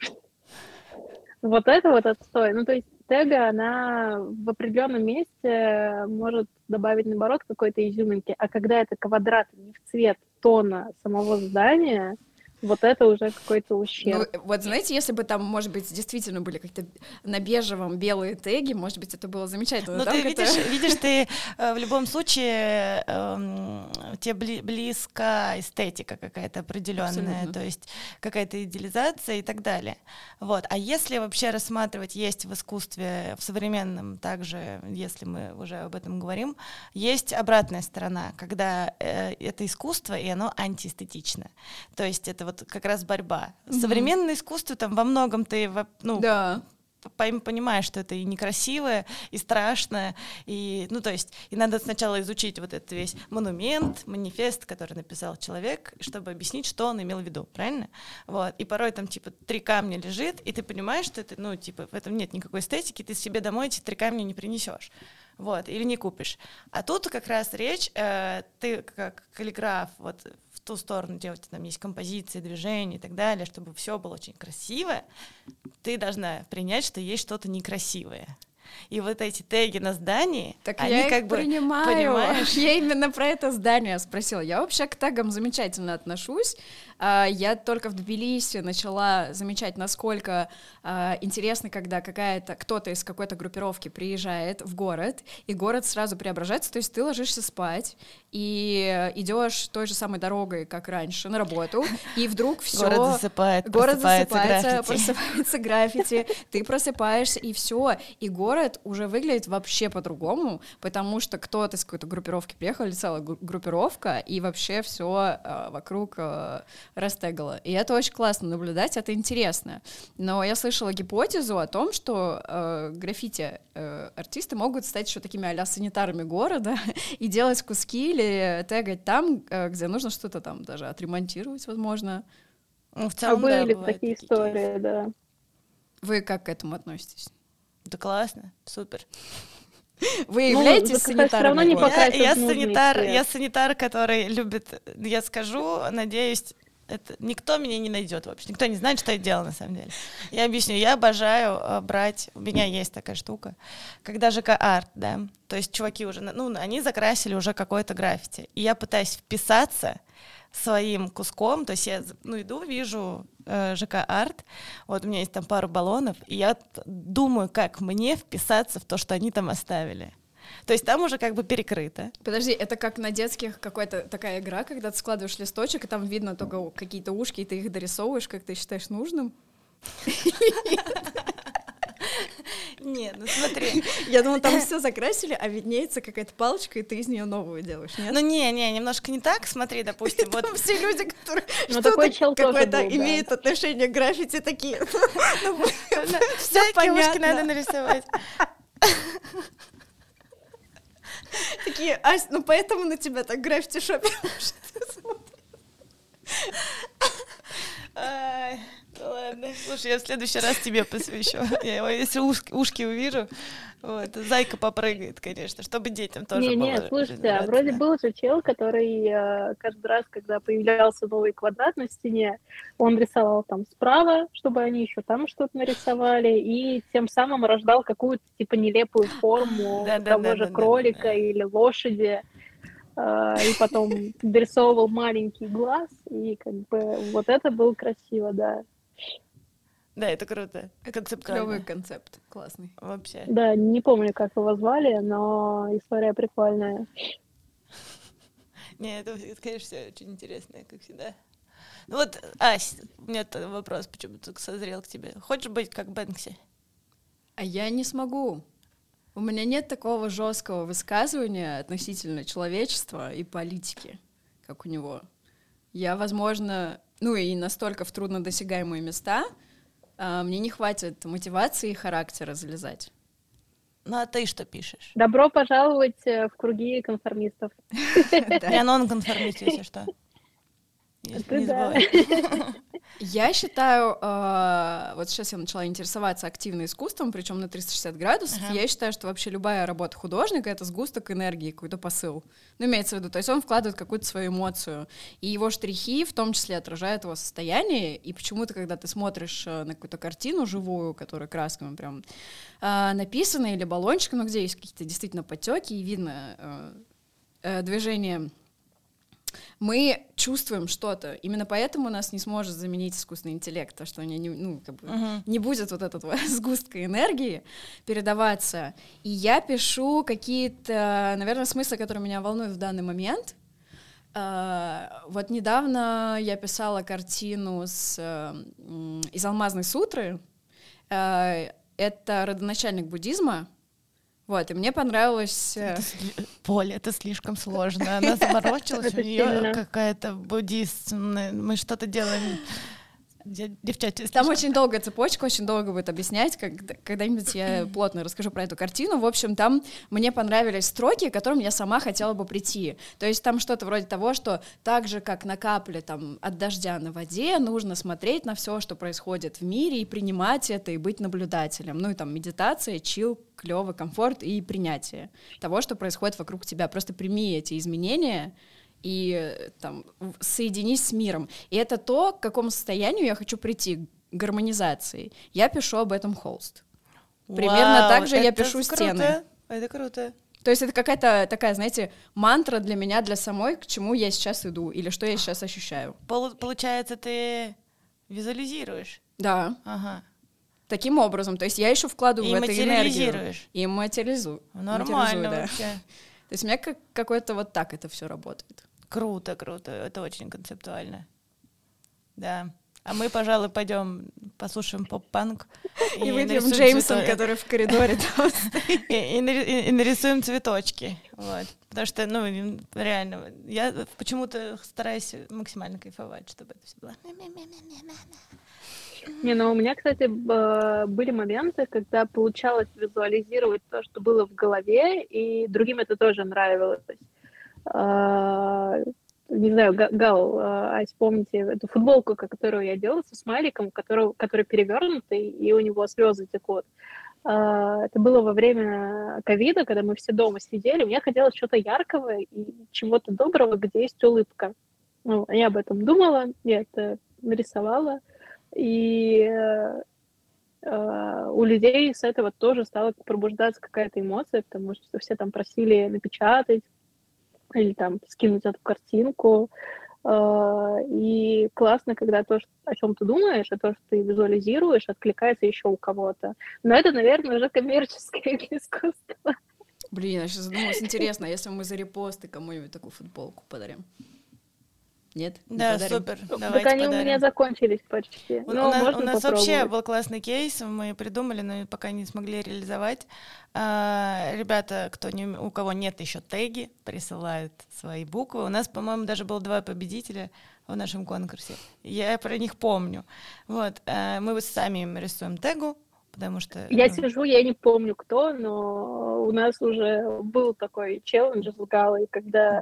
Вот это вот отстой. Ну, то есть тега, она в определенном месте может добавить, наоборот, какой-то изюминки. А когда это квадрат не в цвет тона самого здания, вот это уже какой-то ущерб. Ну, вот знаете, если бы там, может быть, действительно были какие-то на бежевом белые теги, может быть, это было замечательно. Ну, ты видишь, это... видишь, ты э, в любом случае э, тебе бли- близка эстетика какая-то определенная, абсолютно. То есть какая-то идеализация и так далее. Вот. А если вообще рассматривать, есть в искусстве, в современном также, если мы уже об этом говорим, есть обратная сторона, когда э, это искусство, и оно антиэстетично. То есть это вот как раз борьба. Mm-hmm. Современное искусство там во многом ты, ну, да. понимаешь, что это и некрасивое, и страшно, и, ну, то есть, и надо сначала изучить вот этот весь монумент, манифест, который написал человек, чтобы объяснить, что он имел в виду, правильно? Вот, и порой там, типа, три камня лежит, и ты понимаешь, что это, ну, типа, в этом нет никакой эстетики, ты себе домой эти три камня не принесешь. Вот, или не купишь. А тут как раз речь, э, ты как каллиграф, вот в ту сторону, где у тебя там есть композиции, движения и так далее, чтобы все было очень красиво, ты должна принять, что есть что-то некрасивое. И вот эти теги на здании, так они я как их бы, принимаю. понимаешь? Я именно про это здание спросила. Я вообще к тегам замечательно отношусь. Я только в Тбилиси начала замечать, насколько интересно, когда какая-то, кто-то из какой-то группировки приезжает в город, и город сразу преображается, то есть ты ложишься спать и идешь той же самой дорогой, как раньше, на работу, и вдруг все... Город засыпает, город засыпается, граффити. просыпается граффити, ты просыпаешься, и все, и город уже выглядит вообще по-другому, потому что кто-то из какой-то группировки приехал, или целая группировка, и вообще все вокруг растегала. И это очень классно наблюдать, это интересно. Но я слышала гипотезу о том, что э, граффити-артисты э, могут стать еще такими а-ля санитарами города и делать куски или тегать там, э, где нужно что-то там даже отремонтировать, возможно. Ну, в целом, а да, были бывают такие такие истории, кейсы. да. Вы как к этому относитесь? Да классно, супер. Вы Ну, являетесь ЗКХ всё равно санитарами не города? Я, покрасят я в нужный санитар, цвет. я санитар, который любит, я скажу, надеюсь, это никто меня не найдет вообще, никто не знает, что я делала на самом деле. Я объясню, я обожаю э, брать, у меня есть такая штука, когда ЖК-арт, да, то есть чуваки уже, ну, они закрасили уже какое-то граффити, и я пытаюсь вписаться своим куском, то есть я, ну, иду, вижу э, ЖК-арт, вот у меня есть там пару баллонов, и я думаю, как мне вписаться в то, что они там оставили. То есть там уже как бы перекрыто. Подожди, это как на детских какая-то такая игра, когда ты складываешь листочек, и там видно только какие-то ушки, и ты их дорисовываешь, как ты считаешь нужным? Нет, ну смотри. Я думала, там все закрасили, а виднеется какая-то палочка, и ты из нее новую делаешь, нет? Ну не, не, немножко не так, смотри, допустим, вот Там все люди, которые Ну, такой чел что-то тоже какое-то был, да. имеют отношение к граффити, такие. всякие ушки понятно. надо нарисовать. Такие, Ась, ну поэтому на тебя так граффити шопинг. Ай, ну ладно. Слушай, я в следующий раз тебе посвящу. Я его, если ушки, ушки увижу, вот, зайка попрыгает, конечно, чтобы детям тоже Не, было. не, слушайте, а разбираться. вроде был же чел, который э, каждый раз, когда появлялся новый квадрат на стене, он рисовал там справа, чтобы они еще там что-то нарисовали, и тем самым рождал какую-то типа нелепую форму Да, да, того да, же да, да, кролика да. или лошади, э, и потом дорисовывал маленький глаз, и как бы вот это было красиво, да. Да, это круто. Концептуально. Клевый концепт, классный. Вообще. Да, не помню, как его звали, но история прикольная. Не, это, это, конечно, все очень интересно, как всегда. Ну вот, Ась, у меня т- вопрос почему-то созрел к тебе. Хочешь быть как Бэнкси? А я не смогу. У меня нет такого жесткого высказывания относительно человечества и политики, как у него. Я, возможно, ну и настолько в труднодосягаемые места, а, мне не хватит мотивации и характера залезать. Ну а ты что пишешь? Добро пожаловать э, в круги конформистов. Я нон-конформист, если что. Не, Ты не да. забывай. Я считаю, э, вот сейчас я начала интересоваться активно искусством, причем на триста шестьдесят градусов. Ага. Я считаю, что вообще любая работа художника — это сгусток энергии, какой-то посыл. Ну, имеется в виду, то есть он вкладывает какую-то свою эмоцию, и его штрихи в том числе отражают его состояние, и почему-то, когда ты смотришь э, на какую-то картину живую, которая красками прям э, написана, или баллончиком, ну, где есть какие-то действительно потеки, и видно э, э, движение, мы чувствуем что-то. Именно поэтому нас не сможет заменить искусственный интеллект, потому что у него не, ну, как бы, Uh-huh. не будет вот этого сгустка энергии передаваться. И я пишу какие-то, наверное, смыслы, которые меня волнуют в данный момент. А, вот недавно я писала картину с, м, из «Алмазной сутры». А, это родоначальник буддизма. Вот, и мне понравилось... э, Это сли- Поля, это слишком сложно. Она заморочилась, у Это нее сильно. какая-то буддистная. Мы что-то делаем. Де- Девчачья Там слишком. очень долгая цепочка, очень долго будет объяснять, когда- когда-нибудь я плотно расскажу про эту картину. В общем, там мне понравились строки, к которым я сама хотела бы прийти. То есть там что-то вроде того, что так же, как на капле там, от дождя на воде, нужно смотреть на все, что происходит в мире, и принимать это, и быть наблюдателем. Ну и там медитация, чил, клёвый комфорт и принятие того, что происходит вокруг тебя. Просто прими эти изменения и э, там в- соединись с миром. И это то, к какому состоянию я хочу прийти, к гармонизации. Я пишу об этом холст. Примерно Вау, так же я это пишу круто, стены. Это круто. То есть это какая-то такая, знаете, мантра для меня, для самой, к чему я сейчас иду или что я сейчас ощущаю. Полу- Получается, ты визуализируешь. Да, Ага. таким образом. То есть я еще вкладываю И в это энергию. материализируешь. И материализую. Нормально Материализую, да. вообще. То есть у меня как, какое-то вот так это все работает. Круто, круто. Это очень концептуально. Да. А мы, пожалуй, пойдем послушаем поп-панк. И выпьем Джеймсон, цвето... который в коридоре. И, и, и, и нарисуем цветочки. Вот. Потому что, ну, реально, я почему-то стараюсь максимально кайфовать, чтобы это все было. Не, ну у меня, кстати, были моменты, когда получалось визуализировать то, что было в голове, и другим это тоже нравилось. Не знаю, Гал, а вспомните эту футболку, которую я делала со смайликом, который, который перевернутый, и у него слезы текут. Это было во время ковида, когда мы все дома сидели. Мне хотелось чего-то яркого и чего-то доброго, где есть улыбка. Ну, я об этом думала, я это нарисовала. И э, у людей с этого тоже стала пробуждаться какая-то эмоция, потому что все там просили напечатать или там скинуть эту картинку. Э, и классно, когда то, о чем ты думаешь, а то, что ты визуализируешь, откликается еще у кого-то. Но это, наверное, уже коммерческое искусство. Блин, я сейчас задумалась, интересно, если мы за репосты кому-нибудь такую футболку подарим? Нет? Да, подарим? Супер. Так Давайте они подарим. у меня закончились почти. У, но у нас, можно у нас попробовать. вообще был классный кейс, мы придумали, но пока не смогли реализовать. А, ребята, кто не, у кого нет еще теги, присылают свои буквы. У нас, по-моему, даже было два победителя в нашем конкурсе. Я про них помню. Вот, а, мы сами им рисуем тегу, потому что... Я ну... сижу, я не помню кто, но у нас уже был такой челлендж с Галой, когда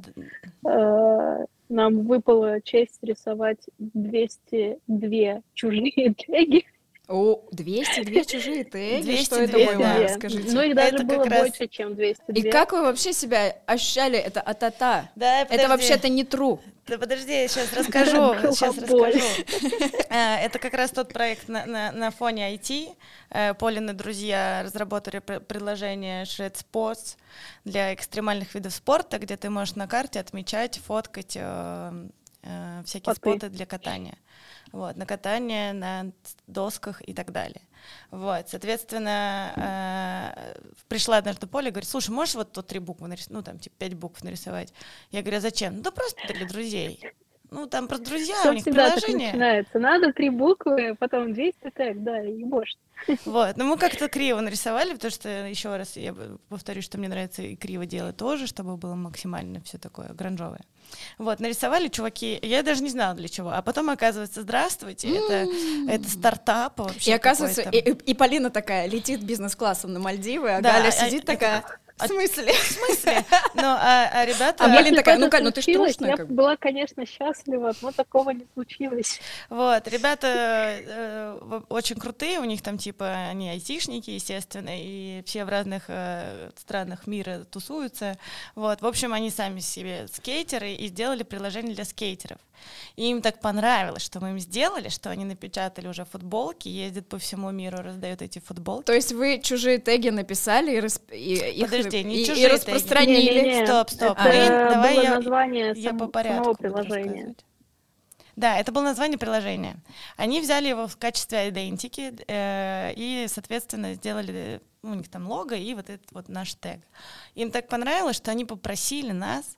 э, нам выпала честь рисовать двести два чужие теги. О, двести два чужие теги? двести Что это два, было? да. Скажите. Ну, их даже Это было как раз- больше, чем двести два. И как вы вообще себя ощущали? Это а-та-та. Да, Это подожди. вообще-то не true. Да подожди, я сейчас расскажу. Сейчас Колобой. расскажу. А, Это как раз тот проект на, на, на фоне ай ти. Э, Полин и друзья разработали пр- приложение Shred Sports для экстремальных видов спорта, где ты можешь на карте отмечать, фоткать э, э, всякие Фоты. споты для катания. Вот, на катание, на досках и так далее. Вот, соответственно, э, пришла однажды Поля и говорит: слушай, можешь вот тут три буквы нарисовать, ну, там, типа, пять букв нарисовать? Я говорю: а зачем? Ну, да просто для друзей. Ну, там просто друзья, Всё у них всегда так приложение. начинается. Надо три буквы, потом двести тег, да, и может. Вот, но мы как-то криво нарисовали, потому что, еще раз, я повторю, что мне нравится и криво делать тоже, чтобы было максимально все такое гранжовое. Вот, нарисовали чуваки, я даже не знала для чего, а потом оказывается, здравствуйте, это, это стартап вообще. И оказывается, какой-то. и, и- и Полина такая летит бизнес-классом на Мальдивы, а Да, Галя а- сидит а- такая, в смысле? В смысле? Ну, а, а ребята... А Полина Если бы такая: это ну, Галь, ну ты ж случилось, трушная, я как бы бы. была, конечно, счастлива, но такого не случилось. Вот, ребята э, в- очень крутые, у них там типа они айтишники, естественно, и все в разных э, странах мира тусуются. Вот, в общем, они сами себе скейтеры и сделали приложение для скейтеров. И им так понравилось, что мы им сделали, что они напечатали уже футболки, ездят по всему миру, раздают эти футболки. То есть вы чужие теги написали и, расп- и, их- Подожди, не и- и чужие теги. распространили? Не-не-не, Стоп, стоп, это мы- давай было я- название Я сам- по порядку самого буду приложения. рассказывать. Да, это было название приложения. Они взяли его в качестве идентики э, и, соответственно, сделали, ну, у них там лого и вот этот вот наш тег. Им так понравилось, что они попросили нас,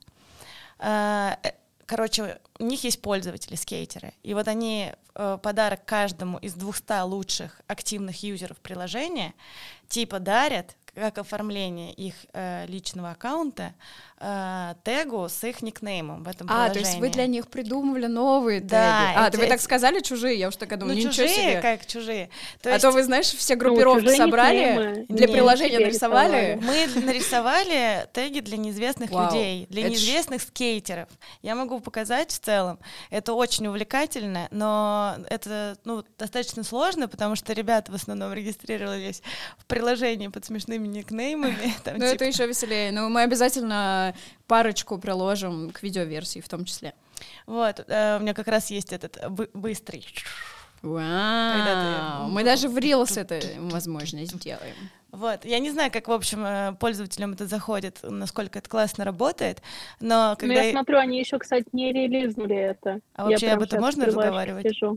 э, э, короче, у них есть пользователи, скейтеры, и вот они э, подарок каждому из двухсот лучших активных юзеров приложения типа дарят, как оформление их э, личного аккаунта, э, тегу с их никнеймом в этом А, приложении. то есть вы для них придумывали новые Да, теги. А, эти- вы так сказали чужие, я уж такая думаю, Ну, ничего чужие, себе. как чужие. То А есть то вы, знаешь, все группировки чужие собрали, никнеймы для не приложения себе нарисовали. рисовали. мы нарисовали теги для неизвестных Вау. людей, для Это ж- неизвестных скейтеров. Я могу показать в целом. Это очень увлекательно, но это, ну, достаточно сложно, потому что ребята в основном регистрировались в приложении под смешными никнеймами. Там, Ну, это типа, еще веселее. Но мы обязательно парочку приложим к видеоверсии в том числе. Вот, э, у меня как раз есть этот бы- быстрый. Вау. Мы даже в Reels это, возможно, сделаем. Вот, я не знаю, как, в общем, э, пользователям это заходит, насколько это классно работает, но Ну, когда... я смотрю, они еще, кстати, не релизнули это. А Я вообще прям об этом щас можно в прилавке разговаривать? сижу.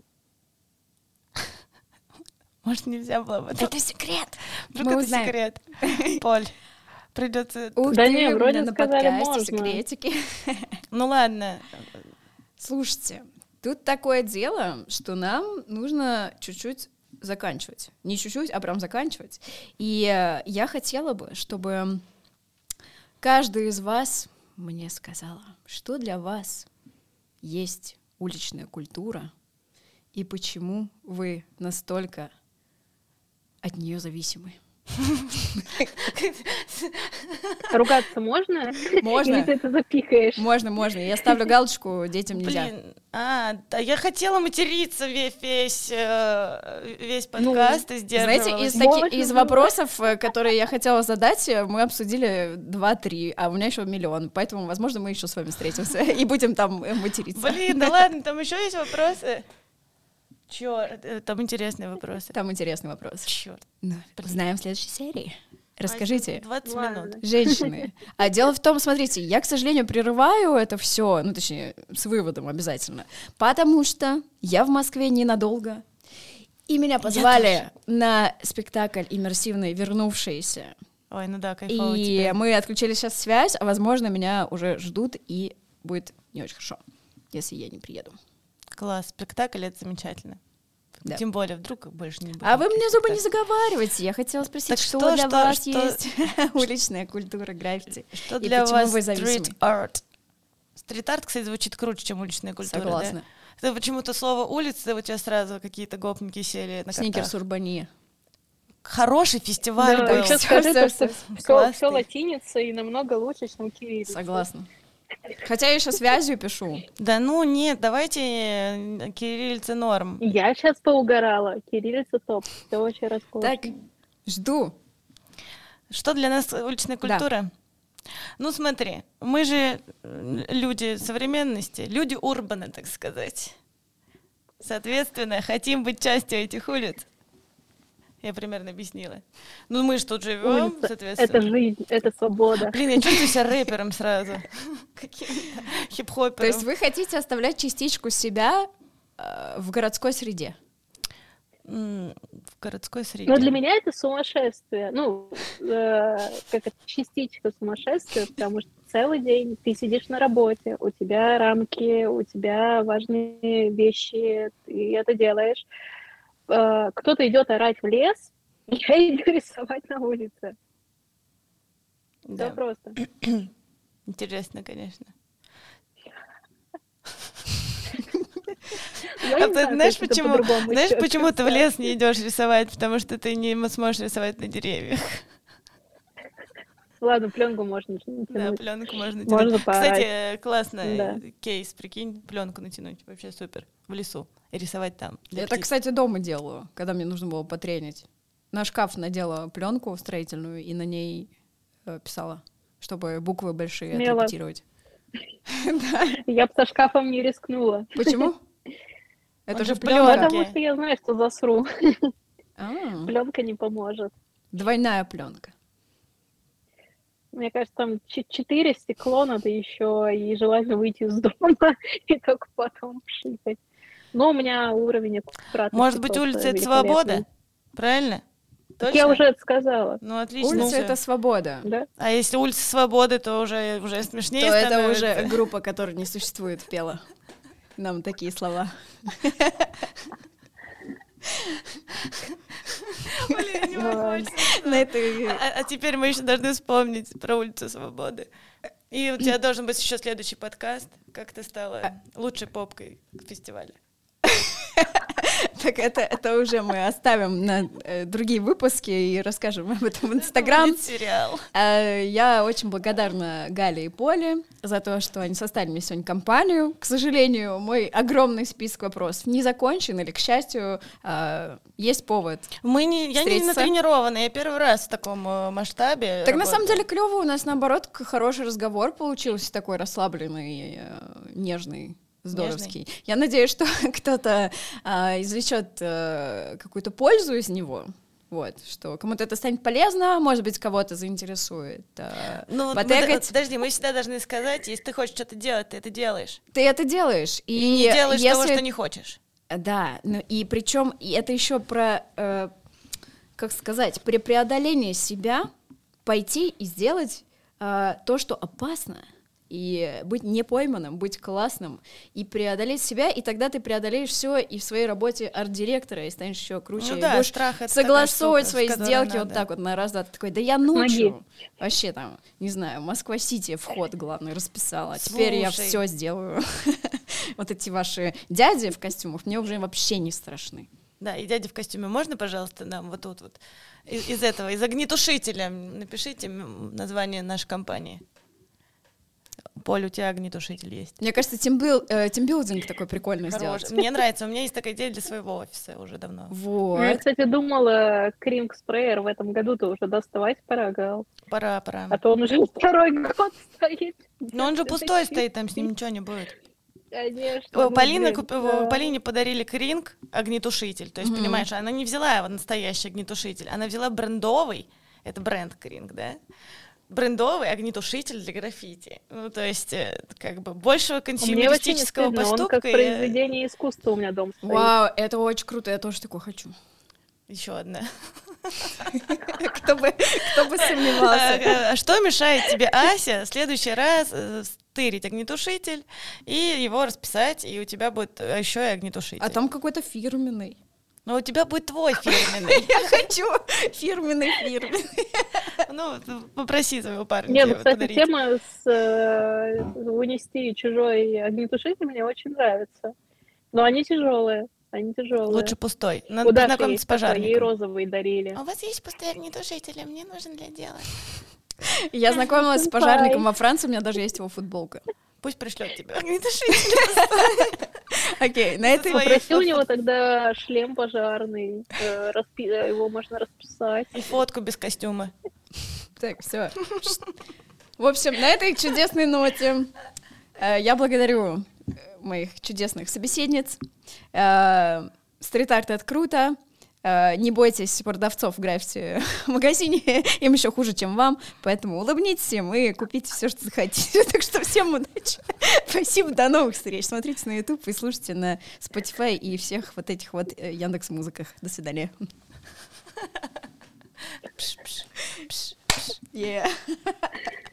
Может, нельзя было бы? Это секрет. Вдруг Мы это узнаем. секрет. Поль, придется... Ух Да ты, не, у вроде меня на сказали, подкасте можно. секретики. Ну ладно. Слушайте, Тут такое дело, что нам нужно чуть-чуть заканчивать. Не чуть-чуть, а прям заканчивать. И э, я хотела бы, чтобы каждый из вас мне сказала, что для вас есть уличная культура и почему вы настолько от нее зависимы. Ругаться можно? Можно. Или ты это запикаешь? Можно, можно. Я ставлю галочку, детям нельзя. Блин, а, да, я хотела материться весь, весь, э, весь подкаст и сдерживалась. Знаете, из, Можно таки, из было. вопросов, э, которые я хотела задать, э, мы обсудили два-три, а у меня еще миллион, поэтому, возможно, мы еще с вами встретимся и будем там э, материться. Блин, да ладно, там еще есть вопросы. Черт, э, там интересные вопросы. Там интересный вопрос. Черт. Ну, знаем в следующей серии. Расскажите. двадцать Ладно. минут. Женщины. А дело в том, смотрите, я, к сожалению, прерываю это все, ну, точнее, с выводом обязательно, потому что я в Москве ненадолго, и меня позвали на спектакль иммерсивный «Вернувшиеся». Ой, ну да, кайфово И тебе. мы отключили сейчас связь, а, возможно, меня уже ждут, и будет не очень хорошо, если я не приеду. Класс, спектакль — это замечательно. Да. Тем более, вдруг больше не будет. А вы мне зубы не спектаклей. заговаривайте. Я хотела спросить, Так что, что, для что, вас что? есть уличная культура граффити? Что И для почему вас вы зависимы? стрит-арт? Стрит-арт, кстати, звучит круче, чем уличная культура. Согласна. Да? Это почему-то слово улица, вот сейчас сразу какие-то гопники сели на Сникерс картах. урбания. Хороший фестиваль Да, был. еще Всё, скажи, всё, то, что всё. все, Классный. латиница и намного лучше, чем кириллица. Согласна. Хотя я еще связью пишу. Да ну нет, давайте э, кириллица норм. Я сейчас поугорала. Кириллица топ. Все очень роскошно. Так, жду. Что для нас уличная культура? Ну смотри, мы же э, люди современности, люди урбана, так сказать. Соответственно, хотим быть частью этих улиц. Я примерно объяснила. Ну мы же тут живем, Улица — соответственно. это жизнь, это свобода. Блин, я чувствую себя рэпером сразу. Каким-то хип-хопером. То есть вы хотите оставлять частичку себя э, в городской среде? М, В городской среде. Но для меня это сумасшествие. Ну, э, как это, частичка сумасшествия, потому что целый день ты сидишь на работе, у тебя рамки, у тебя важные вещи, ты это делаешь. Э, кто-то идет орать в лес, я иду рисовать на улице. Да. Все просто. Интересно, конечно. Я А не ты знаю, знаешь, как это почему, по-другому знаешь, ещё почему ты в сказать. лес не идешь рисовать? Потому что ты не сможешь рисовать на деревьях. Ладно, пленку можно натянуть. Да, пленку можно натянуть. Можно поорать. Кстати, классный Да. кейс, прикинь, пленку натянуть. Вообще супер. В лесу. И рисовать там. для Я так, птиц. кстати, дома делаю, когда мне нужно было потренить. На шкаф надела пленку строительную и на ней э, писала, чтобы буквы большие Смело. отрепетировать. Да. Я бы со шкафом не рискнула. Почему? Это Он же же пленка. пленка. Потому что я знаю, что засру. А, Пленка не поможет. двойная пленка. Мне кажется, там ч- четыре стекло надо еще, и желательно выйти из дома, и только потом шипать. Но у меня уровень аккуратности Может быть, просто улица — это великолепный. свобода? Правильно? Так Точно? я уже это сказала, Ну, отлично. Улица — всё. это свобода. да? А если улица свободы, то уже, уже смешнее То это становится. уже группа, которая не существует, пела нам такие слова. Блин, не могу Ой. очень. На этой... А, а теперь мы еще должны вспомнить про улицу Свободы. И у тебя должен быть еще следующий подкаст. Как ты стала лучшей попкой фестиваля? Так это, это уже мы оставим на э, другие выпуски и расскажем об этом в Инстаграм. Это будет сериал. Э, Я очень благодарна Гале и Поле за то, что они составили мне сегодня компанию. К сожалению, мой огромный список вопросов не закончен, или, к счастью, э, есть повод. Мы не, я не Встретиться. натренирована, я первый раз в таком э, масштабе. Так на самом работаю. деле клево, у нас наоборот к- хороший разговор получился, такой расслабленный, э, нежный. Здоровский. Я надеюсь, что кто-то а, извлечет а, какую-то пользу из него. Вот, что кому-то это станет полезно, может быть, кого-то заинтересует. А, Ну, вот мы потегать. д- подожди, мы всегда должны сказать, если ты хочешь что-то делать, ты это делаешь. Ты это делаешь. И, И не делаешь если... того, что не хочешь. Да, ну и причем и это еще про, э, как сказать, при преодолении себя пойти и сделать э, то, что опасно, и быть не пойманным, быть классным, и преодолеть себя, и тогда ты преодолеешь все и в своей работе арт-директора, и станешь еще круче, Ну и да, будешь страх — это согласовывать такая штука, свои с которой сделки надо. вот так вот на раз-два. Ты такой, да я научу. Ноги. Вообще там, не знаю, Москва-Сити вход главный расписала, теперь я Слушай. все сделаю. Вот эти ваши дяди в костюмах мне уже вообще не страшны. Да, и дядя в костюме, можно, пожалуйста, нам вот тут вот из, из этого, из огнетушителя напишите м- название нашей компании. Поль, у тебя огнетушитель есть. Мне кажется, тимбил, э, тимбилдинг такой прикольный Хорош. сделать. Мне нравится, у меня есть такая идея для своего офиса уже давно. Вот. Я, кстати, думала, Кринг спреер в этом году-то уже доставать пора, Гал. Пора, пора. А то он уже второй год стоит. Но он же пустой стоит, там с ним ничего не будет. Конечно. О, ну, Полина блин, куп- да. Полине подарили Кринг огнетушитель. То есть, Мгм. понимаешь, она не взяла его настоящий огнетушитель, она взяла брендовый, это бренд Кринг, да? Брендовый огнетушитель для граффити. Ну, то есть, э, как бы, большего Мне вообще не консюмеристического стыдно, он поступка как я- произведение искусства у меня дома стоит. Вау, это очень круто, я тоже такое хочу. Еще одна. Кто бы, кто бы сомневался. А, а Что мешает тебе, Ася, в следующий раз э, стырить огнетушитель и его расписать, и у тебя будет еще и огнетушитель. А там какой-то фирменный. Но у тебя будет твой фирменный. Я хочу фирменный фирменный. Ну, попроси своего парня Не, ну, тебе кстати, подарить. тема с э, унести чужой огнетушитель мне очень нравится. Но они тяжелые, они тяжелые. Лучше пустой. Надо У Даши познакомиться есть с такой, ей пожарником. розовый дарили. А у вас есть пустой огнетушитель? А мне нужен для дела. Я знакомилась с Сэмпай. пожарником во Франции, у меня даже есть его футболка. Пусть пришлет тебе огнетушитель. Окей, на этой... Свои Попроси у фото- него тогда шлем пожарный, э, распи- э, его можно расписать. И фотку без костюма. Так, все. В общем, на этой чудесной ноте э, я благодарю э, моих чудесных собеседниц. Э, Стрит-арт — это круто. Э, Не бойтесь продавцов в граффити-магазине, им еще хуже, чем вам, поэтому улыбнитесь им и купите все, что захотите. Так что всем удачи. Спасибо, до новых встреч. Смотрите на YouTube и слушайте на Spotify и всех вот этих вот э, Яндекс.Музыках. До свидания. Пш, пш, пш. Yeah.